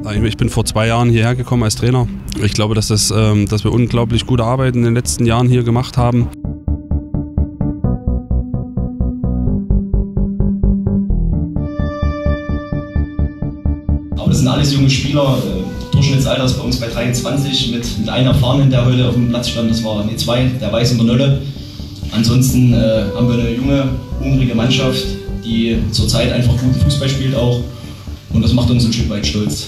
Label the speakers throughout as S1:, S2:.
S1: Ich bin vor 2 Jahren hierher gekommen als Trainer. Ich glaube, dass wir unglaublich gute Arbeit in den letzten Jahren hier gemacht haben.
S2: Aber das sind alles junge Spieler. Durchschnittsalter ist bei uns bei 23 mit einem Erfahrenen, der heute auf dem Platz stand. Das war René 2, der Weiß in der Nolle. Ansonsten haben wir eine junge, hungrige Mannschaft, die zurzeit einfach guten Fußball spielt auch. Und das macht uns ein Stück weit stolz.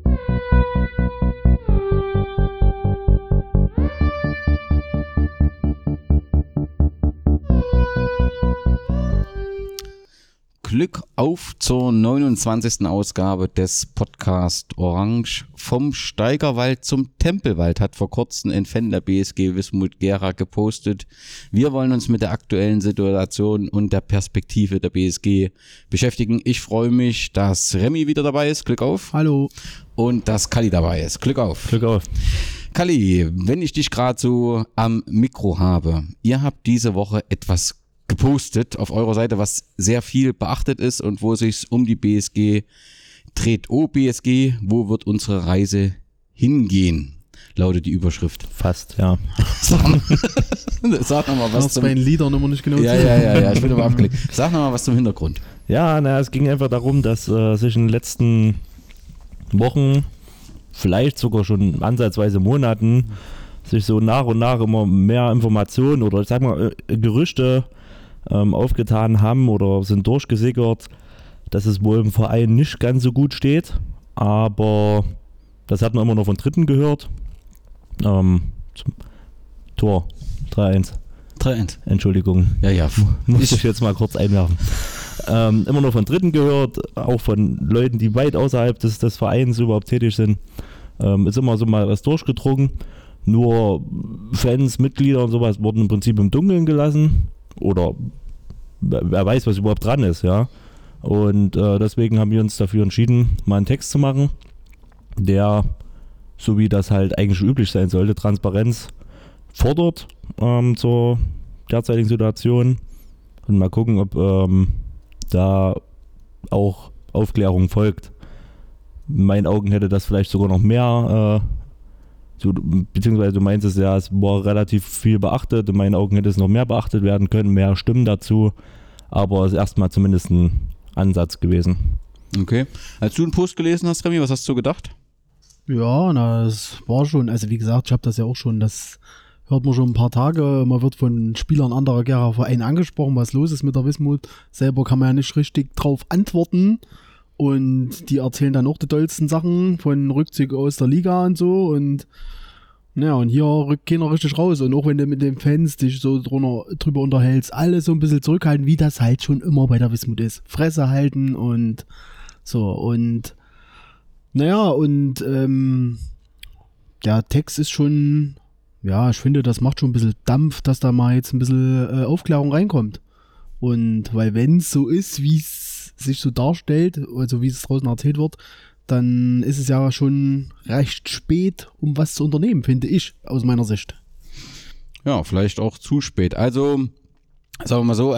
S3: Glück auf zur 29. Ausgabe des Podcast Orange vom Steigerwald zum Tempelwald, hat vor kurzem ein Fan der BSG Wismut Gera gepostet. Wir wollen uns mit der aktuellen Situation und der Perspektive der BSG beschäftigen. Ich freue mich, dass Remy wieder dabei ist. Glück auf.
S4: Hallo.
S3: Und dass Kalli dabei ist. Glück auf.
S4: Glück auf.
S3: Kalli, wenn ich dich gerade so am Mikro habe, ihr habt diese Woche etwas gepostet auf eurer Seite, was sehr viel beachtet ist und wo es sich um die BSG dreht. Oh BSG, wo wird unsere Reise hingehen? Lautet die Überschrift.
S4: Fast, ja.
S3: Sag nochmal was
S4: zum... bei den Liedern immer nicht genau
S3: Ja, ich bin aber abgelegt. Sag nochmal was zum Hintergrund.
S4: Ja, es ging einfach darum, dass sich in den letzten Wochen, vielleicht sogar schon ansatzweise Monaten, sich so nach und nach immer mehr Informationen oder ich sag mal Gerüchte aufgetan haben oder sind durchgesickert, dass es wohl im Verein nicht ganz so gut steht, aber das hat man immer noch von Dritten gehört. Tor 3-1.
S3: 3-1.
S4: Entschuldigung.
S3: Ja.
S4: Muss ich jetzt mal kurz einwerfen. Immer noch von Dritten gehört, auch von Leuten, die weit außerhalb des Vereins überhaupt tätig sind. Ist immer so mal was durchgedrungen. Nur Fans, Mitglieder und sowas wurden im Prinzip im Dunkeln gelassen. Oder wer weiß, was überhaupt dran ist, ja. Und deswegen haben wir uns dafür entschieden, mal einen Text zu machen, der, so wie das halt eigentlich üblich sein sollte, Transparenz fordert zur derzeitigen Situation. Und mal gucken, ob da auch Aufklärung folgt. In meinen Augen hätte das vielleicht sogar noch mehr beziehungsweise du meinst es ja, es war relativ viel beachtet, in meinen Augen hätte es noch mehr beachtet werden können, mehr Stimmen dazu, aber es ist erstmal zumindest ein Ansatz gewesen.
S3: Okay, als du einen Post gelesen hast, Remy, was hast du gedacht?
S5: Ja, das war schon, also wie gesagt, ich habe das ja auch schon, das hört man schon ein paar Tage, man wird von Spielern anderer Gera-Vereine angesprochen, was los ist mit der Wismut, selber kann man ja nicht richtig drauf antworten. Und die erzählen dann auch die tollsten Sachen von Rückzug aus der Liga und so. Und naja, und hier rückt keiner richtig raus. Und auch wenn du mit den Fans dich so drüber unterhältst, alle so ein bisschen zurückhalten, wie das halt schon immer bei der Wismut ist. Fresse halten und so. Und naja, und der Text ist schon, ja, ich finde, das macht schon ein bisschen Dampf, dass da mal jetzt ein bisschen Aufklärung reinkommt. Und weil wenn es so ist, wie es sich so darstellt, also wie es draußen erzählt wird, dann ist es ja schon recht spät, um was zu unternehmen, finde ich, aus meiner Sicht.
S3: Ja, vielleicht auch zu spät. Also, sagen wir mal so,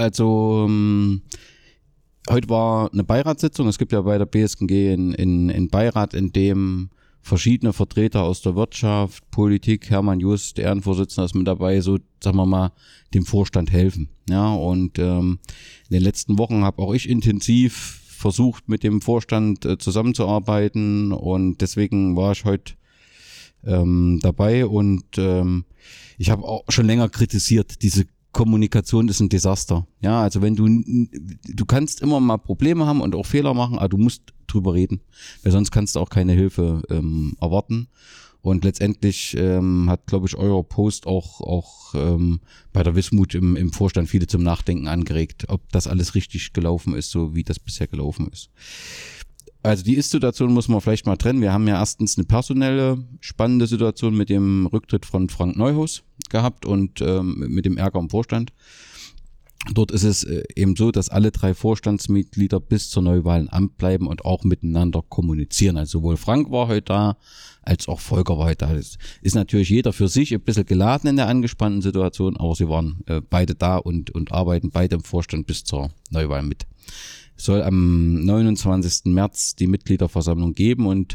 S3: heute war eine Beiratssitzung. Es gibt ja bei der BSG einen Beirat, in dem verschiedene Vertreter aus der Wirtschaft, Politik, Hermann Just, der Ehrenvorsitzende, ist mit dabei, so, sagen wir mal, dem Vorstand helfen. Ja, und in den letzten Wochen habe auch ich intensiv versucht, mit dem Vorstand zusammenzuarbeiten und deswegen war ich heute dabei und ich habe auch schon länger kritisiert, diese Kommunikation ist ein Desaster. Ja, also wenn du kannst immer mal Probleme haben und auch Fehler machen, aber du musst drüber reden, weil sonst kannst du auch keine Hilfe erwarten. Und letztendlich hat, glaube ich, euer Post auch bei der Wismut im Vorstand viele zum Nachdenken angeregt, ob das alles richtig gelaufen ist, so wie das bisher gelaufen ist. Also die Ist-Situation muss man vielleicht mal trennen. Wir haben ja erstens eine personelle, spannende Situation mit dem Rücktritt von Frank Neuhaus gehabt und mit dem Ärger im Vorstand. Dort ist es eben so, dass alle 3 Vorstandsmitglieder bis zur Neuwahl im Amt bleiben und auch miteinander kommunizieren. Also sowohl Frank war heute da, als auch Volker war heute da. Das ist natürlich jeder für sich ein bisschen geladen in der angespannten Situation, aber sie waren beide da und arbeiten beide im Vorstand bis zur Neuwahl mit. Es soll am 29. März die Mitgliederversammlung geben und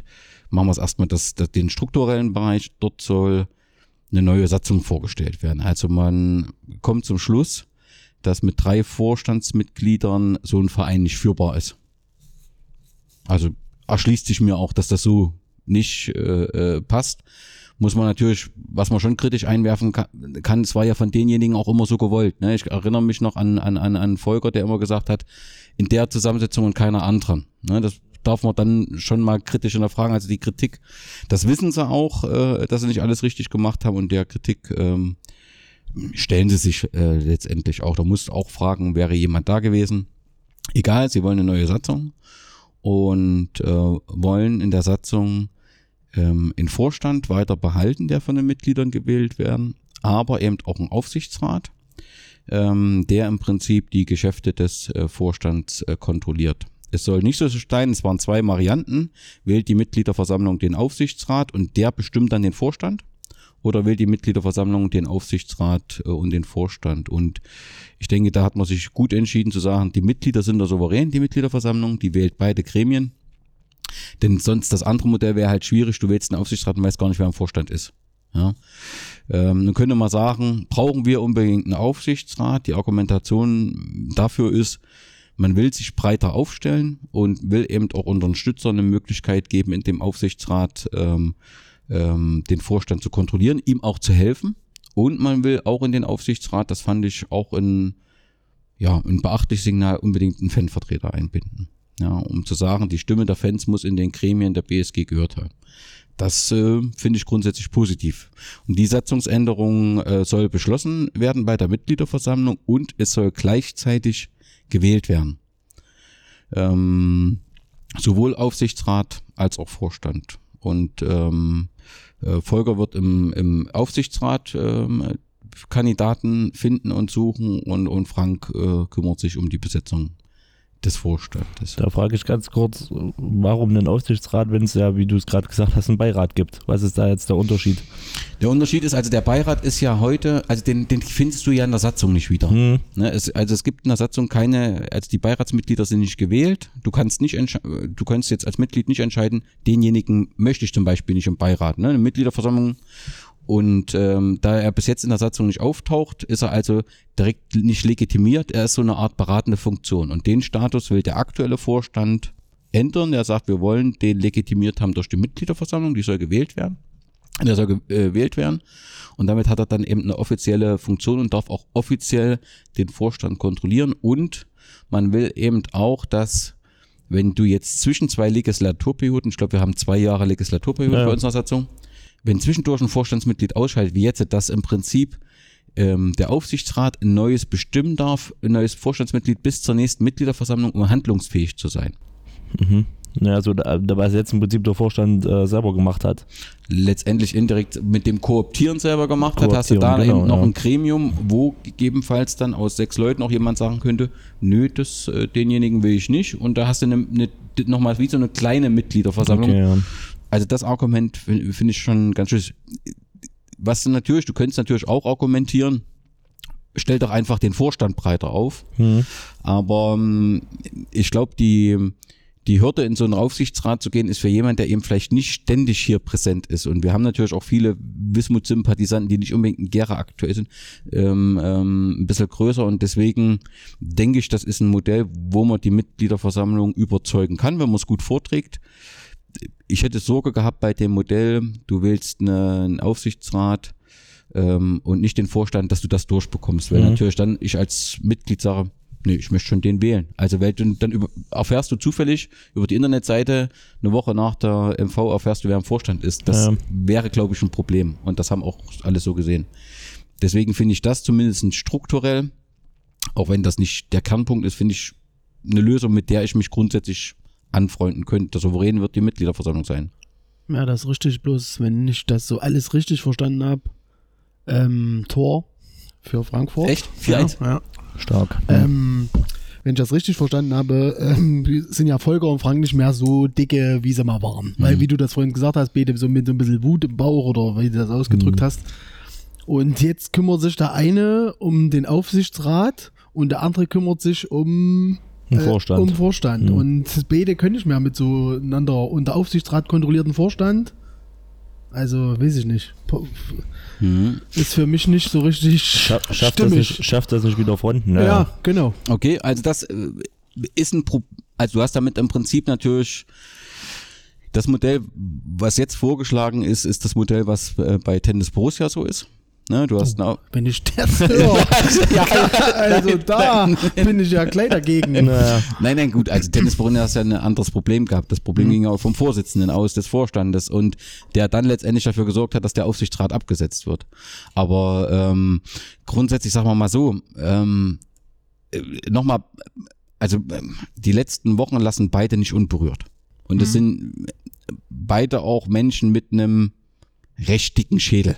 S3: machen wir es erstmal den strukturellen Bereich. Dort soll eine neue Satzung vorgestellt werden. Also man kommt zum Schluss, dass mit 3 Vorstandsmitgliedern so ein Verein nicht führbar ist. Also erschließt sich mir auch, dass das so nicht passt. Muss man natürlich, was man schon kritisch einwerfen kann, es war ja von denjenigen auch immer so gewollt. Ne? Ich erinnere mich noch an Volker, der immer gesagt hat, in der Zusammensetzung und keiner anderen. Ne? Das darf man dann schon mal kritisch hinterfragen. Also die Kritik, das wissen sie auch, dass sie nicht alles richtig gemacht haben, und der Kritik stellen sie sich letztendlich auch. Da musst du auch fragen, wäre jemand da gewesen? Egal, sie wollen eine neue Satzung und wollen in der Satzung in Vorstand weiter behalten, der von den Mitgliedern gewählt werden, aber eben auch einen Aufsichtsrat, der im Prinzip die Geschäfte des Vorstands kontrolliert. Es soll nicht so sein, es waren 2 Varianten, wählt die Mitgliederversammlung den Aufsichtsrat und der bestimmt dann den Vorstand, oder wählt die Mitgliederversammlung den Aufsichtsrat und den Vorstand. Und ich denke, da hat man sich gut entschieden zu sagen, die Mitglieder sind da souverän, die Mitgliederversammlung, die wählt beide Gremien. Denn sonst das andere Modell wäre halt schwierig, du wählst einen Aufsichtsrat und weißt gar nicht, wer im Vorstand ist. Ja. Nun könnte man sagen, brauchen wir unbedingt einen Aufsichtsrat? Die Argumentation dafür ist, man will sich breiter aufstellen und will eben auch Unterstützern eine Möglichkeit geben, in dem Aufsichtsrat den Vorstand zu kontrollieren, ihm auch zu helfen. Und man will auch in den Aufsichtsrat, das fand ich auch ein beachtliches Signal, unbedingt einen Fanvertreter einbinden. Ja, um zu sagen, die Stimme der Fans muss in den Gremien der BSG gehört haben. Das finde ich grundsätzlich positiv. Und die Satzungsänderung soll beschlossen werden bei der Mitgliederversammlung und es soll gleichzeitig gewählt werden. Sowohl Aufsichtsrat als auch Vorstand. Und Volker wird im Aufsichtsrat Kandidaten finden und suchen und Frank kümmert sich um die Besetzung des Vorstandes.
S4: Da frage ich ganz kurz, warum einen Aufsichtsrat, wenn es ja, wie du es gerade gesagt hast, einen Beirat gibt? Was ist da jetzt der Unterschied?
S3: Der Unterschied ist, also der Beirat ist ja heute, also den findest du ja in der Satzung nicht wieder. Ne, es gibt in der Satzung also die Beiratsmitglieder sind nicht gewählt. Du kannst jetzt als Mitglied nicht entscheiden, denjenigen möchte ich zum Beispiel nicht im Beirat. Ne? Eine Mitgliederversammlung. Und da er bis jetzt in der Satzung nicht auftaucht, ist er also direkt nicht legitimiert. Er ist so eine Art beratende Funktion. Und den Status will der aktuelle Vorstand ändern. Er sagt, wir wollen den legitimiert haben durch die Mitgliederversammlung. Die soll gewählt werden. Der soll gewählt werden. Und damit hat er dann eben eine offizielle Funktion und darf auch offiziell den Vorstand kontrollieren. Und man will eben auch, dass, wenn du jetzt zwischen 2 Legislaturperioden, ich glaube, wir haben 2 Jahre Legislaturperiode bei unserer Satzung, wenn zwischendurch ein Vorstandsmitglied ausscheidet, wie jetzt, dass im Prinzip der Aufsichtsrat ein neues bestimmen darf, ein neues Vorstandsmitglied bis zur nächsten Mitgliederversammlung, um handlungsfähig zu sein.
S4: Mhm. Ja, also da was jetzt im Prinzip der Vorstand selber gemacht hat. Letztendlich
S3: indirekt mit dem Kooptieren selber gemacht hat, hast du da eben noch ein Gremium, wo gegebenenfalls dann aus 6 Leuten auch jemand sagen könnte, nö, denjenigen will ich nicht. Und da hast du nochmal wie so eine kleine Mitgliederversammlung. Okay, ja. Also das Argument finde ich schon ganz schön. Du könntest natürlich auch argumentieren, stell doch einfach den Vorstand breiter auf. Aber ich glaube, die Hürde in so einen Aufsichtsrat zu gehen, ist für jemanden, der eben vielleicht nicht ständig hier präsent ist. Und wir haben natürlich auch viele Wismut-Sympathisanten, die nicht unbedingt in Gera aktuell sind, ein bisschen größer. Und deswegen denke ich, das ist ein Modell, wo man die Mitgliederversammlung überzeugen kann, wenn man es gut vorträgt. Ich hätte Sorge gehabt bei dem Modell, du wählst einen Aufsichtsrat und nicht den Vorstand, dass du das durchbekommst. Weil natürlich dann ich als Mitglied sage, nee, ich möchte schon den wählen. Also weil dann erfährst du zufällig über die Internetseite, eine Woche nach der MV erfährst du, wer im Vorstand ist. Das wäre, glaube ich, ein Problem. Und das haben auch alle so gesehen. Deswegen finde ich das zumindest strukturell, auch wenn das nicht der Kernpunkt ist, finde ich eine Lösung, mit der ich mich grundsätzlich anfreunden könnte. Der Souverän wird die Mitgliederversammlung sein.
S5: Ja, das ist richtig, bloß wenn ich das so alles richtig verstanden habe, Tor für Frankfurt.
S3: Echt? 4-1?
S5: Ja.
S4: Stark.
S5: Wenn ich das richtig verstanden habe, sind ja Volker und Frank nicht mehr so dicke, wie sie mal waren. Weil, wie du das vorhin gesagt hast, Bede, so mit so ein bisschen Wut im Bauch oder wie du das ausgedrückt hast. Und jetzt kümmert sich der eine um den Aufsichtsrat und der andere kümmert sich um
S4: Vorstand.
S5: Um Vorstand. Und beide könnte ich mehr mit so einander unter Aufsichtsrat kontrollierten Vorstand. Also, weiß ich nicht. Ist für mich nicht so richtig stimmig.
S4: Schafft das nicht wieder Fronten.
S5: Ja, genau.
S3: Okay, also das ist also du hast damit im Prinzip natürlich das Modell, was jetzt vorgeschlagen ist, ist das Modell, was bei Tennis Borussia so ist. Ne, du hast
S5: wenn ich das höre, also da bin ich ja gleich dagegen.
S3: Nein, gut, also Tennis Borussia hat ja ein anderes Problem gehabt. Das Problem ging auch vom Vorsitzenden aus, des Vorstandes, und der dann letztendlich dafür gesorgt hat, dass der Aufsichtsrat abgesetzt wird. Aber grundsätzlich, sagen wir mal so, nochmal, also die letzten Wochen lassen beide nicht unberührt. Und es sind beide auch Menschen mit einem recht dicken Schädel.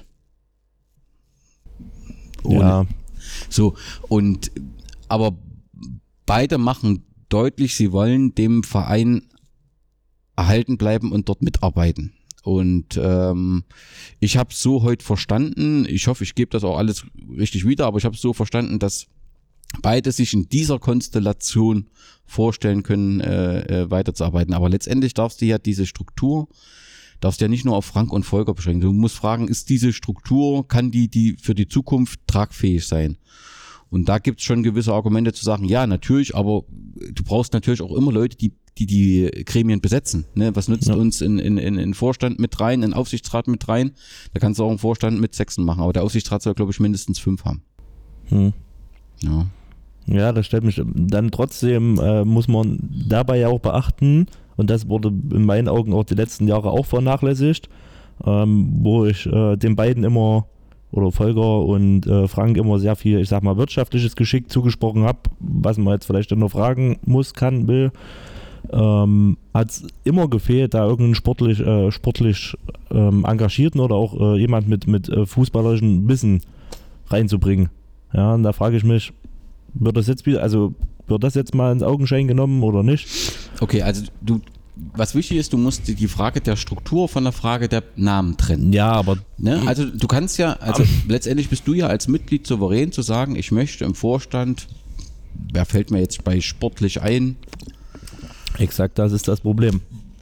S3: Ja. So, aber beide machen deutlich, sie wollen dem Verein erhalten bleiben und dort mitarbeiten. Und ich habe es so heute verstanden, ich hoffe, ich gebe das auch alles richtig wieder, aber ich habe es so verstanden, dass beide sich in dieser Konstellation vorstellen können, weiterzuarbeiten. Aber letztendlich darfst du ja diese Struktur, darfst ja nicht nur auf Frank und Volker beschränken. Du musst fragen, ist diese Struktur, kann die für die Zukunft tragfähig sein? Und da gibt es schon gewisse Argumente zu sagen, ja, natürlich, aber du brauchst natürlich auch immer Leute, die Gremien besetzen. Ne? Was nützt uns in Vorstand mit rein, in Aufsichtsrat mit rein? Da kannst du auch einen Vorstand mit 6 machen, aber der Aufsichtsrat soll, glaube ich, mindestens 5 haben. Ja.
S4: Ja, das stellt mich dann trotzdem, muss man dabei ja auch beachten, und das wurde in meinen Augen auch die letzten Jahre auch vernachlässigt, wo ich den beiden immer, oder Volker und Frank, immer sehr viel, ich sag mal, wirtschaftliches Geschick zugesprochen habe, was man jetzt vielleicht noch fragen muss, kann, will, hat es immer gefehlt, da irgendeinen sportlich engagierten oder auch jemand mit fußballerischem Wissen reinzubringen. Ja, und da frage ich mich, wird das jetzt mal ins Augenschein genommen oder nicht? Okay,
S3: also was wichtig ist, du musst die Frage der Struktur von der Frage der Namen trennen.
S4: Ja, aber...
S3: Ne? Also du kannst ja, letztendlich bist du ja als Mitglied souverän zu sagen, ich möchte im Vorstand, wer fällt mir jetzt bei sportlich ein?
S4: Exakt, das ist das Problem.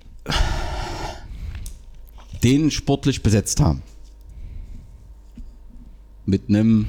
S3: Den sportlich besetzt haben. Mit einem...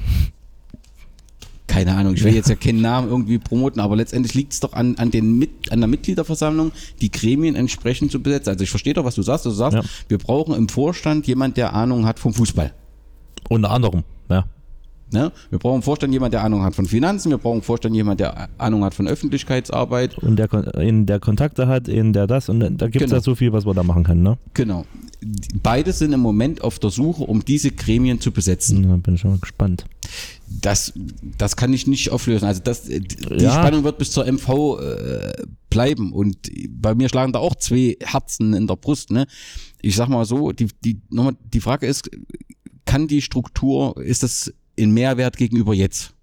S3: Keine Ahnung, ich will jetzt ja keinen Namen irgendwie promoten, aber letztendlich liegt es doch an der Mitgliederversammlung, die Gremien entsprechend zu besetzen. Also ich verstehe doch, was du sagst. Wir brauchen im Vorstand jemand, der Ahnung hat vom Fußball.
S4: Unter anderem, ja.
S3: Ne? Wir brauchen im Vorstand jemand, der Ahnung hat von Finanzen, wir brauchen im Vorstand jemand, der Ahnung hat von Öffentlichkeitsarbeit.
S4: Und der Kontakte hat, der das, und da gibt es ja so viel, was man da machen kann, ne?
S3: Genau. Beide sind im Moment auf der Suche, um diese Gremien zu besetzen.
S4: Da bin ich schon mal gespannt.
S3: Das kann ich nicht auflösen. Also die Spannung wird bis zur MV bleiben, und bei mir schlagen da auch 2 Herzen in der Brust. Ne? Ich sag mal so, die Frage ist, kann die Struktur, ist das ein Mehrwert gegenüber jetzt?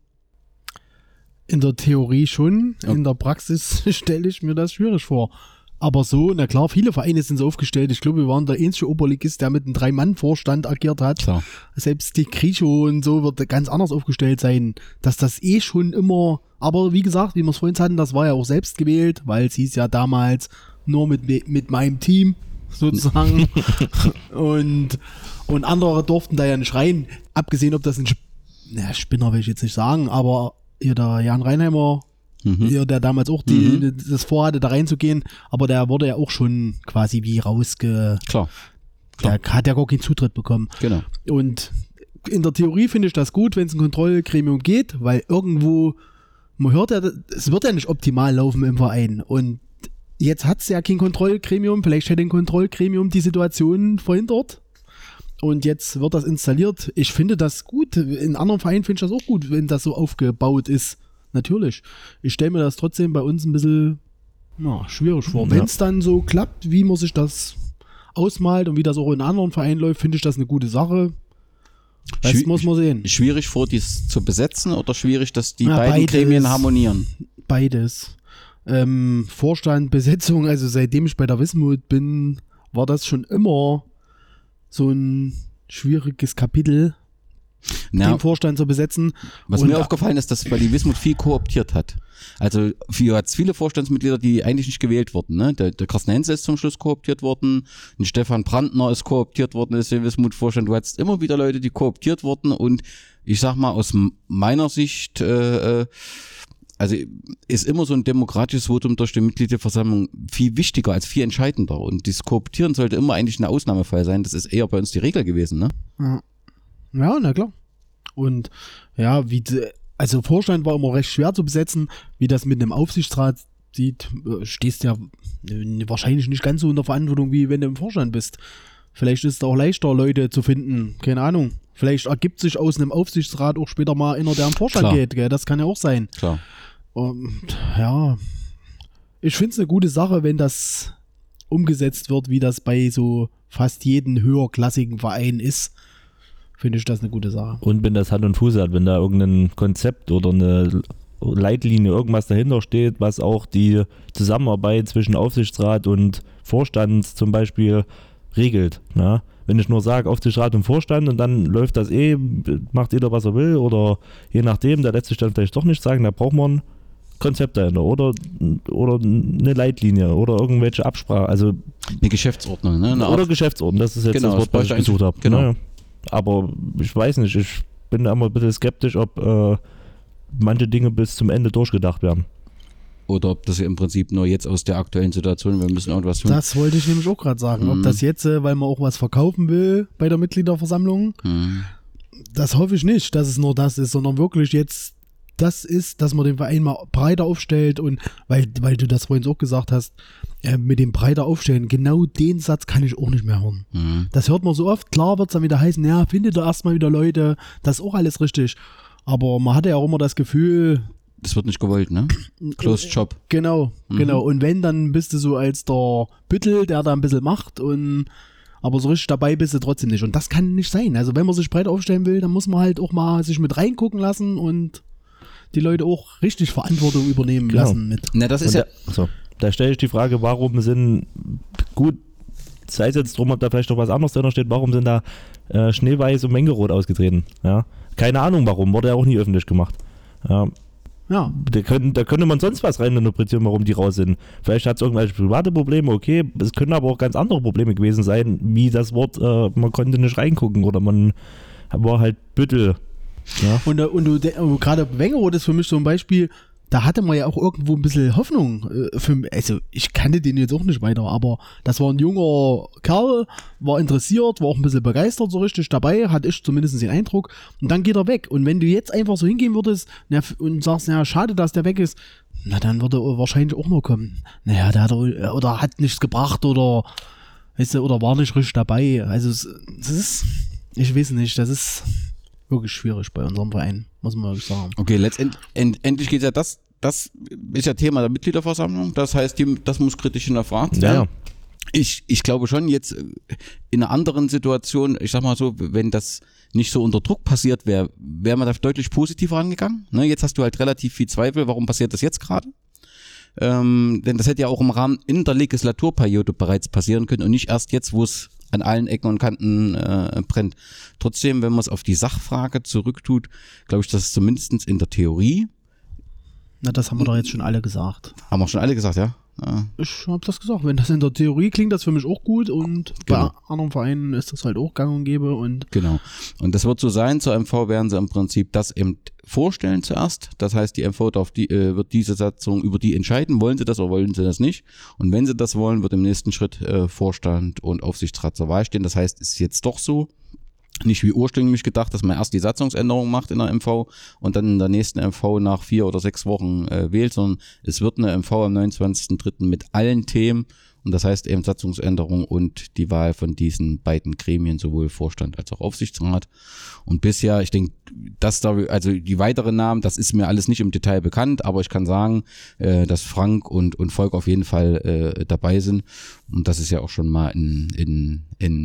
S5: In der Theorie schon, in der Praxis stelle ich mir das schwierig vor. Aber so, na klar, viele Vereine sind so aufgestellt. Ich glaube, wir waren der einzige Oberligist, der mit einem 3-Mann-Vorstand agiert hat.
S3: Klar.
S5: Selbst die Griecho und so wird ganz anders aufgestellt sein. Dass das schon immer, aber wie gesagt, wie wir es vorhin hatten, das war ja auch selbst gewählt, weil es hieß ja damals nur mit meinem Team sozusagen. und andere durften da ja nicht rein. Abgesehen, ob das ein Spinner will ich jetzt nicht sagen, aber hier der Jan Reinheimer, der damals auch das vorhatte, da reinzugehen, aber der wurde ja auch schon quasi wie Klar. Der hat ja gar keinen Zutritt bekommen.
S3: Genau.
S5: Und in der Theorie finde ich das gut, wenn es ein Kontrollgremium geht, weil irgendwo, man hört ja, es wird ja nicht optimal laufen im Verein. Und jetzt hat es ja kein Kontrollgremium, vielleicht hätte ein Kontrollgremium die Situation verhindert. Und jetzt wird das installiert. Ich finde das gut. In anderen Vereinen finde ich das auch gut, wenn das so aufgebaut ist. Natürlich. Ich stelle mir das trotzdem bei uns ein bisschen schwierig vor. Wenn es dann so klappt, wie man sich das ausmalt und wie das auch in anderen Vereinen läuft, finde ich das eine gute Sache. Das muss man sehen.
S3: Schwierig dies zu besetzen oder schwierig, dass die beiden Gremien harmonieren?
S5: Beides. Vorstand, Besetzung, also seitdem ich bei der Wismut bin, war das schon immer so ein schwieriges Kapitel. den Vorstand zu besetzen.
S3: Was mir aufgefallen ist, dass die Wismut viel kooptiert hat. Also hat es viele Vorstandsmitglieder, die eigentlich nicht gewählt wurden. Ne? Der Carsten Henze ist zum Schluss kooptiert worden, ein Stefan Brandner ist kooptiert worden, ist der Wismut-Vorstand. Du hattest immer wieder Leute, die kooptiert wurden und ich sag mal aus meiner Sicht, also ist immer so ein demokratisches Votum durch die Mitgliederversammlung viel wichtiger als viel entscheidender. Und das Kooptieren sollte immer eigentlich ein Ausnahmefall sein. Das ist eher bei uns die Regel gewesen, ne?
S5: Ja, na klar. Und ja, also Vorstand war immer recht schwer zu besetzen. Wie das mit einem Aufsichtsrat sieht, stehst ja wahrscheinlich nicht ganz so unter Verantwortung, wie wenn du im Vorstand bist. Vielleicht ist es auch leichter, Leute zu finden. Keine Ahnung. Vielleicht ergibt sich aus einem Aufsichtsrat auch später mal einer, der im Vorstand geht. Gell? Das kann ja auch sein.
S3: Klar.
S5: Und ja, ich finde es eine gute Sache, wenn das umgesetzt wird, wie das bei so fast jedem höherklassigen Verein ist. Finde ich das eine gute Sache.
S4: Und wenn das Hand und Fuß hat, wenn da irgendein Konzept oder eine Leitlinie, irgendwas dahinter steht, was auch die Zusammenarbeit zwischen Aufsichtsrat und Vorstand zum Beispiel regelt. Na? Wenn ich nur sage, Aufsichtsrat und Vorstand und dann läuft das macht jeder, was er will oder je nachdem, der letzte dann vielleicht doch nicht sagen, da braucht man ein Konzept dahinter oder eine Leitlinie oder irgendwelche Absprachen. Also
S3: eine Geschäftsordnung, ne?
S4: Oder Geschäftsordnung, das ist jetzt das Wort, was ich gesucht habe.
S3: Genau.
S4: Naja. Aber ich weiß nicht, ich bin da immer ein bisschen skeptisch, ob manche Dinge bis zum Ende durchgedacht werden.
S3: Oder ob das ja im Prinzip nur jetzt aus der aktuellen Situation, wir müssen irgendwas tun.
S5: Das wollte ich nämlich auch gerade sagen. Ob das jetzt, weil man auch was verkaufen will bei der Mitgliederversammlung, das hoffe ich nicht, dass es nur das ist, sondern wirklich jetzt das ist, dass man den Verein mal breiter aufstellt und weil du das vorhin auch gesagt hast, mit dem breiter aufstellen, genau den Satz kann ich auch nicht mehr hören. Das hört man so oft, klar wird es dann wieder heißen, ja, findet ihr erstmal wieder Leute, das ist auch alles richtig, aber man hatte ja auch immer das Gefühl,
S3: das wird nicht gewollt, ne? Closed Shop.
S5: Genau. Und wenn, dann bist du so als der Büttel, der da ein bisschen macht aber so richtig dabei bist du trotzdem nicht. Und das kann nicht sein. Also wenn man sich breit aufstellen will, dann muss man halt auch mal sich mit reingucken lassen und die Leute auch richtig Verantwortung übernehmen lassen mit.
S3: Na, das ist
S4: da stelle ich die Frage, warum sind, gut, sei es jetzt drum, ob da vielleicht noch was anderes drin steht, warum sind da Schneeweiß und Mengerot ausgetreten? Ja? Keine Ahnung warum, wurde ja auch nie öffentlich gemacht. Ja. Da könnte man sonst was reininterpretieren, warum die raus sind. Vielleicht hat es irgendwelche private Probleme, okay, es können aber auch ganz andere Probleme gewesen sein, wie das Wort, man konnte nicht reingucken oder man war halt Büttel. Ja. Und
S5: gerade Wengerot ist für mich so ein Beispiel, da hatte man ja auch irgendwo ein bisschen Hoffnung. Also ich kannte den jetzt auch nicht weiter, aber das war ein junger Kerl, war interessiert, war auch ein bisschen begeistert so richtig dabei, hatte ich zumindest den Eindruck. Und dann geht er weg. Und wenn du jetzt einfach so hingehen würdest und sagst, ja, schade, dass der weg ist, na dann würde er wahrscheinlich auch nur kommen. Naja, der hat nichts gebracht oder, weißt du, oder war nicht richtig dabei. Also das ist, ich weiß nicht, das ist wirklich schwierig bei unserem Verein, muss man wirklich sagen. Okay,
S3: letztendlich geht ja das ist ja Thema der Mitgliederversammlung, das heißt, das muss kritisch hinterfragt werden. Ja. Ich glaube schon jetzt in einer anderen Situation, ich sag mal so, wenn das nicht so unter Druck passiert wäre, wäre man da deutlich positiver angegangen. Ne, jetzt hast du halt relativ viel Zweifel, warum passiert das jetzt gerade? Denn das hätte ja auch im Rahmen in der Legislaturperiode bereits passieren können und nicht erst jetzt, wo es an allen Ecken und Kanten brennt. Trotzdem, wenn man es auf die Sachfrage zurücktut, glaube ich, dass es zumindest in der Theorie.
S5: Na, das haben wir doch jetzt schon alle gesagt.
S3: Haben wir schon alle gesagt, ja?
S5: Ich habe das gesagt. Wenn das in der Theorie klingt, das für mich auch gut und bei anderen Vereinen ist das halt auch gang und gäbe.
S3: Genau. Und das wird so sein. Zur MV werden sie im Prinzip das eben vorstellen zuerst. Das heißt, die MV wird diese Satzung über die entscheiden. Wollen sie das oder wollen sie das nicht? Und wenn sie das wollen, wird im nächsten Schritt Vorstand und Aufsichtsrat zur Wahl stehen. Das heißt, es ist jetzt doch so, nicht wie ursprünglich gedacht, dass man erst die Satzungsänderung macht in der MV und dann in der nächsten MV nach 4 oder 6 Wochen wählt, sondern es wird eine MV am 29.03. mit allen Themen und das heißt eben Satzungsänderung und die Wahl von diesen beiden Gremien, sowohl Vorstand als auch Aufsichtsrat. Und bisher, ich denke, also die weiteren Namen, das ist mir alles nicht im Detail bekannt, aber ich kann sagen, dass Frank und Volk auf jeden Fall dabei sind und das ist ja auch schon mal ein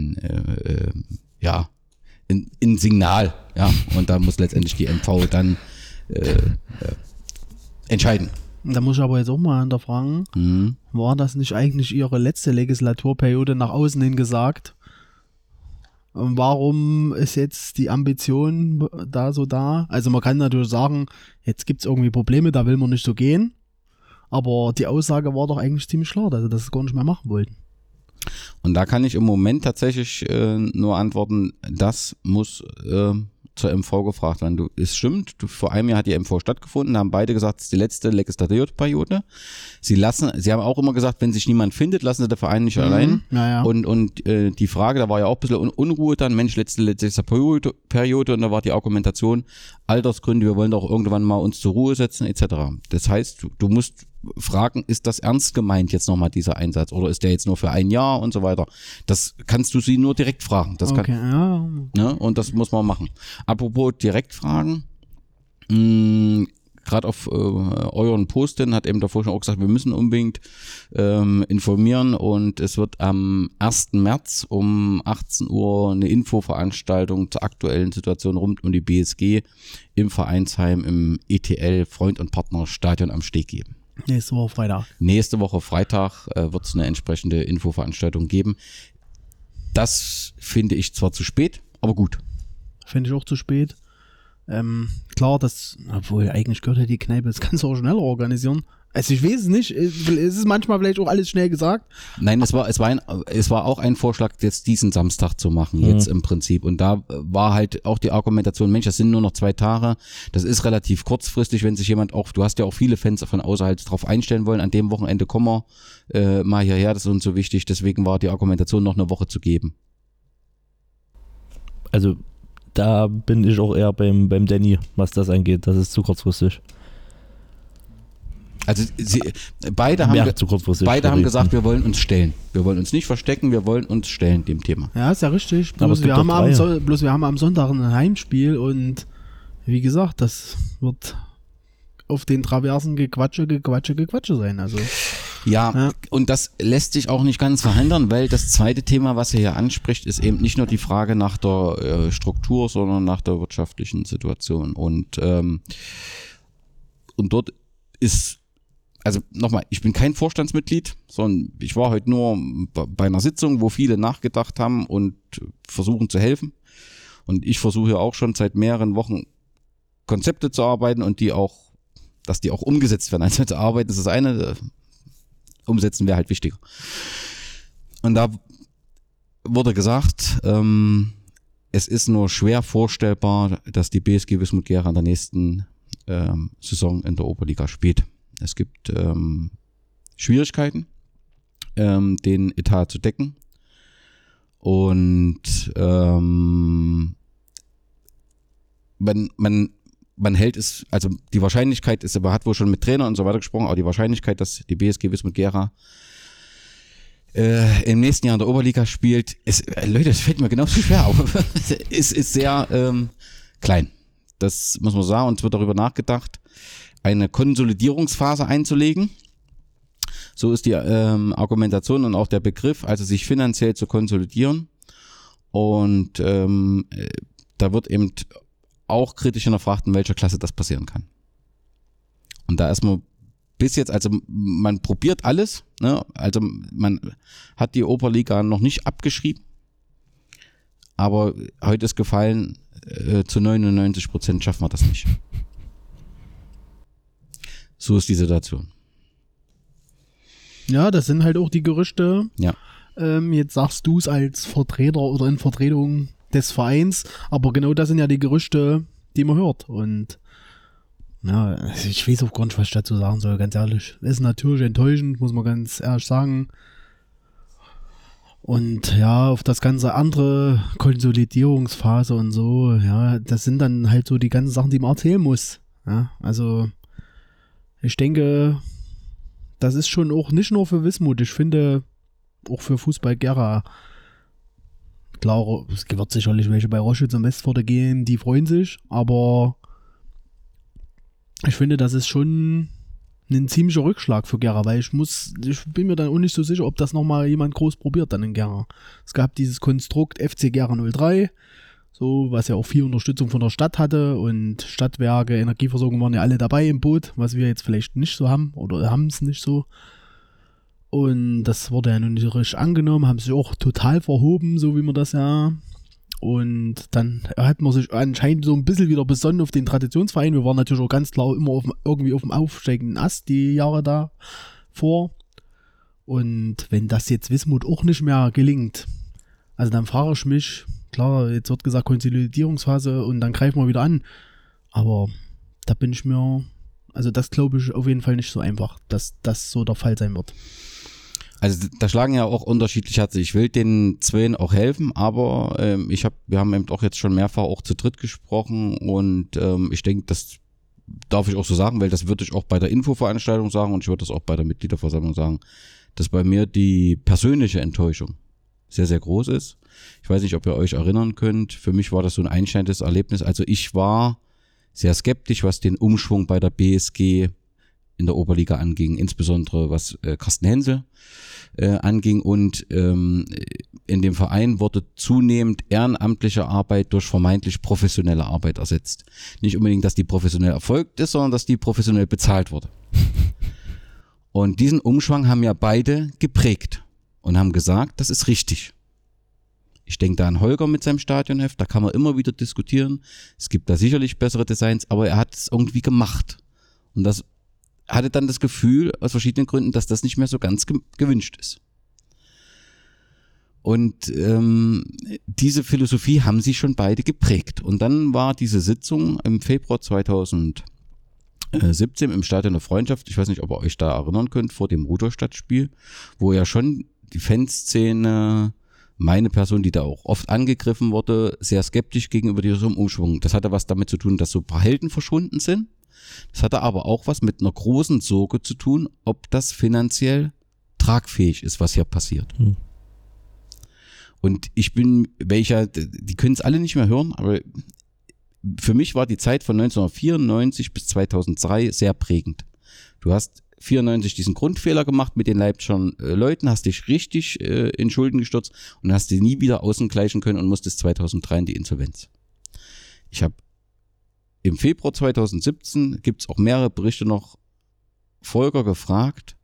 S3: Signal, ja, und da muss letztendlich die MV dann entscheiden.
S5: Da muss ich aber jetzt auch mal hinterfragen, war das nicht eigentlich ihre letzte Legislaturperiode nach außen hin gesagt? Warum ist jetzt die Ambition da? Also man kann natürlich sagen, jetzt gibt es irgendwie Probleme, da will man nicht so gehen. Aber die Aussage war doch eigentlich ziemlich klar, dass sie das gar nicht mehr machen wollten.
S3: Und da kann ich im Moment tatsächlich nur antworten, das muss zur MV gefragt werden. Es stimmt, vor einem Jahr hat die MV stattgefunden, haben beide gesagt, es ist die letzte Legislaturperiode. Sie haben auch immer gesagt, wenn sich niemand findet, lassen sie den Verein nicht allein.
S5: Ja.
S3: Und die Frage, da war ja auch ein bisschen Unruhe dann, Mensch, letzte Legislaturperiode, und da war die Argumentation, Altersgründe, wir wollen doch irgendwann mal uns zur Ruhe setzen, etc. Das heißt, du musst fragen, ist das ernst gemeint jetzt nochmal dieser Einsatz, oder ist der jetzt nur für ein Jahr und so weiter? Das kannst du sie nur direkt fragen. Das
S5: okay,
S3: ne? Und das muss man machen. Apropos direkt fragen, gerade auf euren Posten hat eben davor schon auch gesagt, wir müssen unbedingt informieren, und es wird am 1. März um 18 Uhr eine Infoveranstaltung zur aktuellen Situation rund um die BSG im Vereinsheim im ETL Freund und Partner Stadion am Steg geben.
S5: Nächste Woche Freitag.
S3: Nächste Woche Freitag wird es eine entsprechende Infoveranstaltung geben. Das finde ich zwar zu spät, aber gut.
S5: Finde ich auch zu spät. Klar, obwohl eigentlich gehört ja die Kneipe, das kannst du auch schneller organisieren. Also ich weiß es nicht, es ist manchmal vielleicht auch alles schnell gesagt.
S3: Nein, es war auch ein Vorschlag, jetzt diesen Samstag zu machen, jetzt im Prinzip. Und da war halt auch die Argumentation, Mensch, das sind nur noch 2 Tage, das ist relativ kurzfristig, wenn sich jemand auch, du hast ja auch viele Fans von außerhalb drauf einstellen wollen, an dem Wochenende kommen wir mal hierher, das ist uns so wichtig, deswegen war die Argumentation noch eine Woche zu geben.
S4: Also da bin ich auch eher beim Danny, was das angeht, das ist zu kurzfristig.
S3: Also beide haben gesagt, wir wollen uns stellen. Wir wollen uns nicht verstecken, wir wollen uns stellen dem Thema.
S5: Ja, ist ja richtig. Bloß wir haben am Sonntag ein Heimspiel, und wie gesagt, das wird auf den Traversen Gequatsche sein. Also
S3: ja, und das lässt sich auch nicht ganz verhindern, weil das zweite Thema, was er hier anspricht, ist eben nicht nur die Frage nach der Struktur, sondern nach der wirtschaftlichen Situation. Und dort ist, also nochmal, ich bin kein Vorstandsmitglied, sondern ich war heute nur bei einer Sitzung, wo viele nachgedacht haben und versuchen zu helfen. Und ich versuche auch schon seit mehreren Wochen Konzepte zu arbeiten, und dass die auch umgesetzt werden. Also zu arbeiten ist das eine, umsetzen wäre halt wichtiger. Und da wurde gesagt, es ist nur schwer vorstellbar, dass die BSG Wismut Gera in der nächsten Saison in der Oberliga spielt. Es gibt Schwierigkeiten, den Etat zu decken, und man hält es, also die Wahrscheinlichkeit ist, man hat wohl schon mit Trainer und so weiter gesprochen, aber die Wahrscheinlichkeit, dass die BSG Wismut Gera im nächsten Jahr in der Oberliga spielt, ist, Leute, das fällt mir genauso schwer auf, ist sehr klein. Das muss man sagen, und es wird darüber nachgedacht, eine Konsolidierungsphase einzulegen. So ist die Argumentation und auch der Begriff, also sich finanziell zu konsolidieren. Und da wird eben auch kritisch hinterfragt, in welcher Klasse das passieren kann. Und da erstmal bis jetzt, also man probiert alles, ne? Also man hat die Oberliga noch nicht abgeschrieben, aber heute ist gefallen, zu 99% schaffen wir das nicht. So ist die Situation.
S5: Ja, das sind halt auch die Gerüchte.
S3: Ja.
S5: Jetzt sagst du es als Vertreter oder in Vertretung des Vereins, aber genau das sind ja die Gerüchte, die man hört. Und ja, also ich weiß auch gar nicht, was ich dazu sagen soll, ganz ehrlich. Ist natürlich enttäuschend, muss man ganz ehrlich sagen. Und ja, auf das ganze andere Konsolidierungsphase und so, ja, das sind dann halt so die ganzen Sachen, die man erzählen muss. Ja, also ich denke, das ist schon auch nicht nur für Wismut, ich finde auch für Fußball Gera. Klar, es wird sicherlich welche bei Roschütz und Westforde gehen, die freuen sich, aber ich finde, das ist schon ein ziemlicher Rückschlag für Gera, weil ich bin mir dann auch nicht so sicher, ob das nochmal jemand groß probiert dann in Gera. Es gab dieses Konstrukt FC Gera 03, so, was ja auch viel Unterstützung von der Stadt hatte, und Stadtwerke, Energieversorgung waren ja alle dabei im Boot, was wir jetzt vielleicht nicht so haben oder haben es nicht so. Und das wurde ja nun nicht richtig angenommen, haben sich auch total verhoben, so wie man das ja Und dann hat man sich anscheinend so ein bisschen wieder besonnen auf den Traditionsverein. Wir waren natürlich auch ganz klar immer irgendwie auf dem aufsteigenden Ast die Jahre davor. Und wenn das jetzt Wismut auch nicht mehr gelingt, also dann frage ich mich, klar, jetzt wird gesagt Konsolidierungsphase und dann greifen wir wieder an. Aber da bin ich mir, also das glaube ich auf jeden Fall nicht so einfach, dass das so der Fall sein wird.
S3: Also da schlagen ja auch unterschiedlich Herzen. Ich will den Zweien auch helfen, aber wir haben eben auch jetzt schon mehrfach auch zu dritt gesprochen und ich denke, das darf ich auch so sagen, weil das würde ich auch bei der Infoveranstaltung sagen und ich würde das auch bei der Mitgliederversammlung sagen, dass bei mir die persönliche Enttäuschung sehr, sehr groß ist. Ich weiß nicht, ob ihr euch erinnern könnt. Für mich war das so ein einschneidendes Erlebnis. Also ich war sehr skeptisch, was den Umschwung bei der BSG in der Oberliga anging, insbesondere was Carsten Hensel anging und in dem Verein wurde zunehmend ehrenamtliche Arbeit durch vermeintlich professionelle Arbeit ersetzt. Nicht unbedingt, dass die professionell erfolgt ist, sondern dass die professionell bezahlt wurde. Und diesen Umschwung haben ja beide geprägt und haben gesagt, das ist richtig. Ich denke da an Holger mit seinem Stadionheft, da kann man immer wieder diskutieren. Es gibt da sicherlich bessere Designs, aber er hat es irgendwie gemacht. Und das hatte dann das Gefühl, aus verschiedenen Gründen, dass das nicht mehr so ganz gewünscht ist. Und diese Philosophie haben sie schon beide geprägt. Und dann war diese Sitzung im Februar 2017 im Stadion der Freundschaft, ich weiß nicht, ob ihr euch da erinnern könnt, vor dem Rudolstadt-Spiel, wo ja schon die Fanszene, meine Person, die da auch oft angegriffen wurde, sehr skeptisch gegenüber diesem Umschwung. Das hatte was damit zu tun, dass so ein paar Helden verschwunden sind. Das hatte aber auch was mit einer großen Sorge zu tun, ob das finanziell tragfähig ist, was hier passiert. Und ich bin, die können es alle nicht mehr hören, aber für mich war die Zeit von 1994 bis 2003 sehr prägend. Du hast 94 diesen Grundfehler gemacht mit den Leipzigern Leuten, hast dich richtig in Schulden gestürzt und hast die nie wieder ausgleichen können und musstest 2003 in die Insolvenz. Ich habe im Februar 2017, gibt es auch mehrere Berichte noch, Volker gefragt,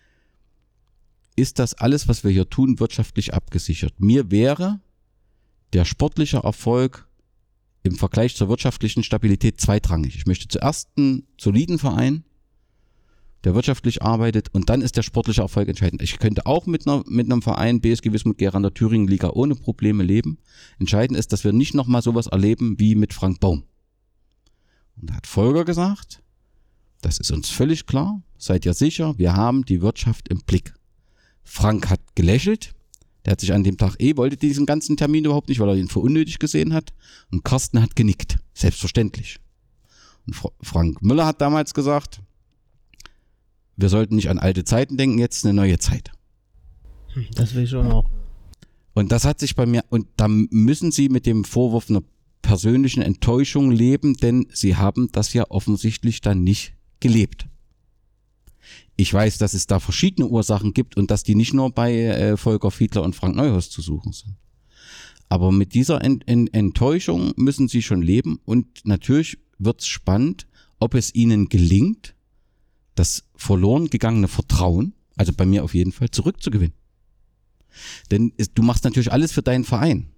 S3: ist das alles, was wir hier tun, wirtschaftlich abgesichert? Mir wäre der sportliche Erfolg im Vergleich zur wirtschaftlichen Stabilität zweitrangig. Ich möchte zuerst einen soliden Verein, der wirtschaftlich arbeitet und dann ist der sportliche Erfolg entscheidend. Ich könnte auch mit einem Verein BSG Wismut Gera in der Thüringen-Liga ohne Probleme leben. Entscheidend ist, dass wir nicht nochmal sowas erleben wie mit Frank Baum. Und da hat Volker gesagt, das ist uns völlig klar, seid ihr sicher, wir haben die Wirtschaft im Blick. Frank hat gelächelt, der hat sich an dem Tag wollte diesen ganzen Termin überhaupt nicht, weil er ihn für unnötig gesehen hat. Und Carsten hat genickt, selbstverständlich. Und Frank Müller hat damals gesagt, wir sollten nicht an alte Zeiten denken, jetzt eine neue Zeit.
S5: Das will ich schon auch.
S3: Und das hat sich bei mir, und da müssen Sie mit dem Vorwurf einer persönlichen Enttäuschung leben, denn Sie haben das ja offensichtlich dann nicht gelebt. Ich weiß, dass es da verschiedene Ursachen gibt und dass die nicht nur bei Volker Fiedler und Frank Neuhaus zu suchen sind. Aber mit dieser Enttäuschung müssen Sie schon leben und natürlich wird es spannend, ob es Ihnen gelingt, das verloren gegangene Vertrauen, also bei mir auf jeden Fall, zurückzugewinnen. Denn du machst natürlich alles für deinen Verein.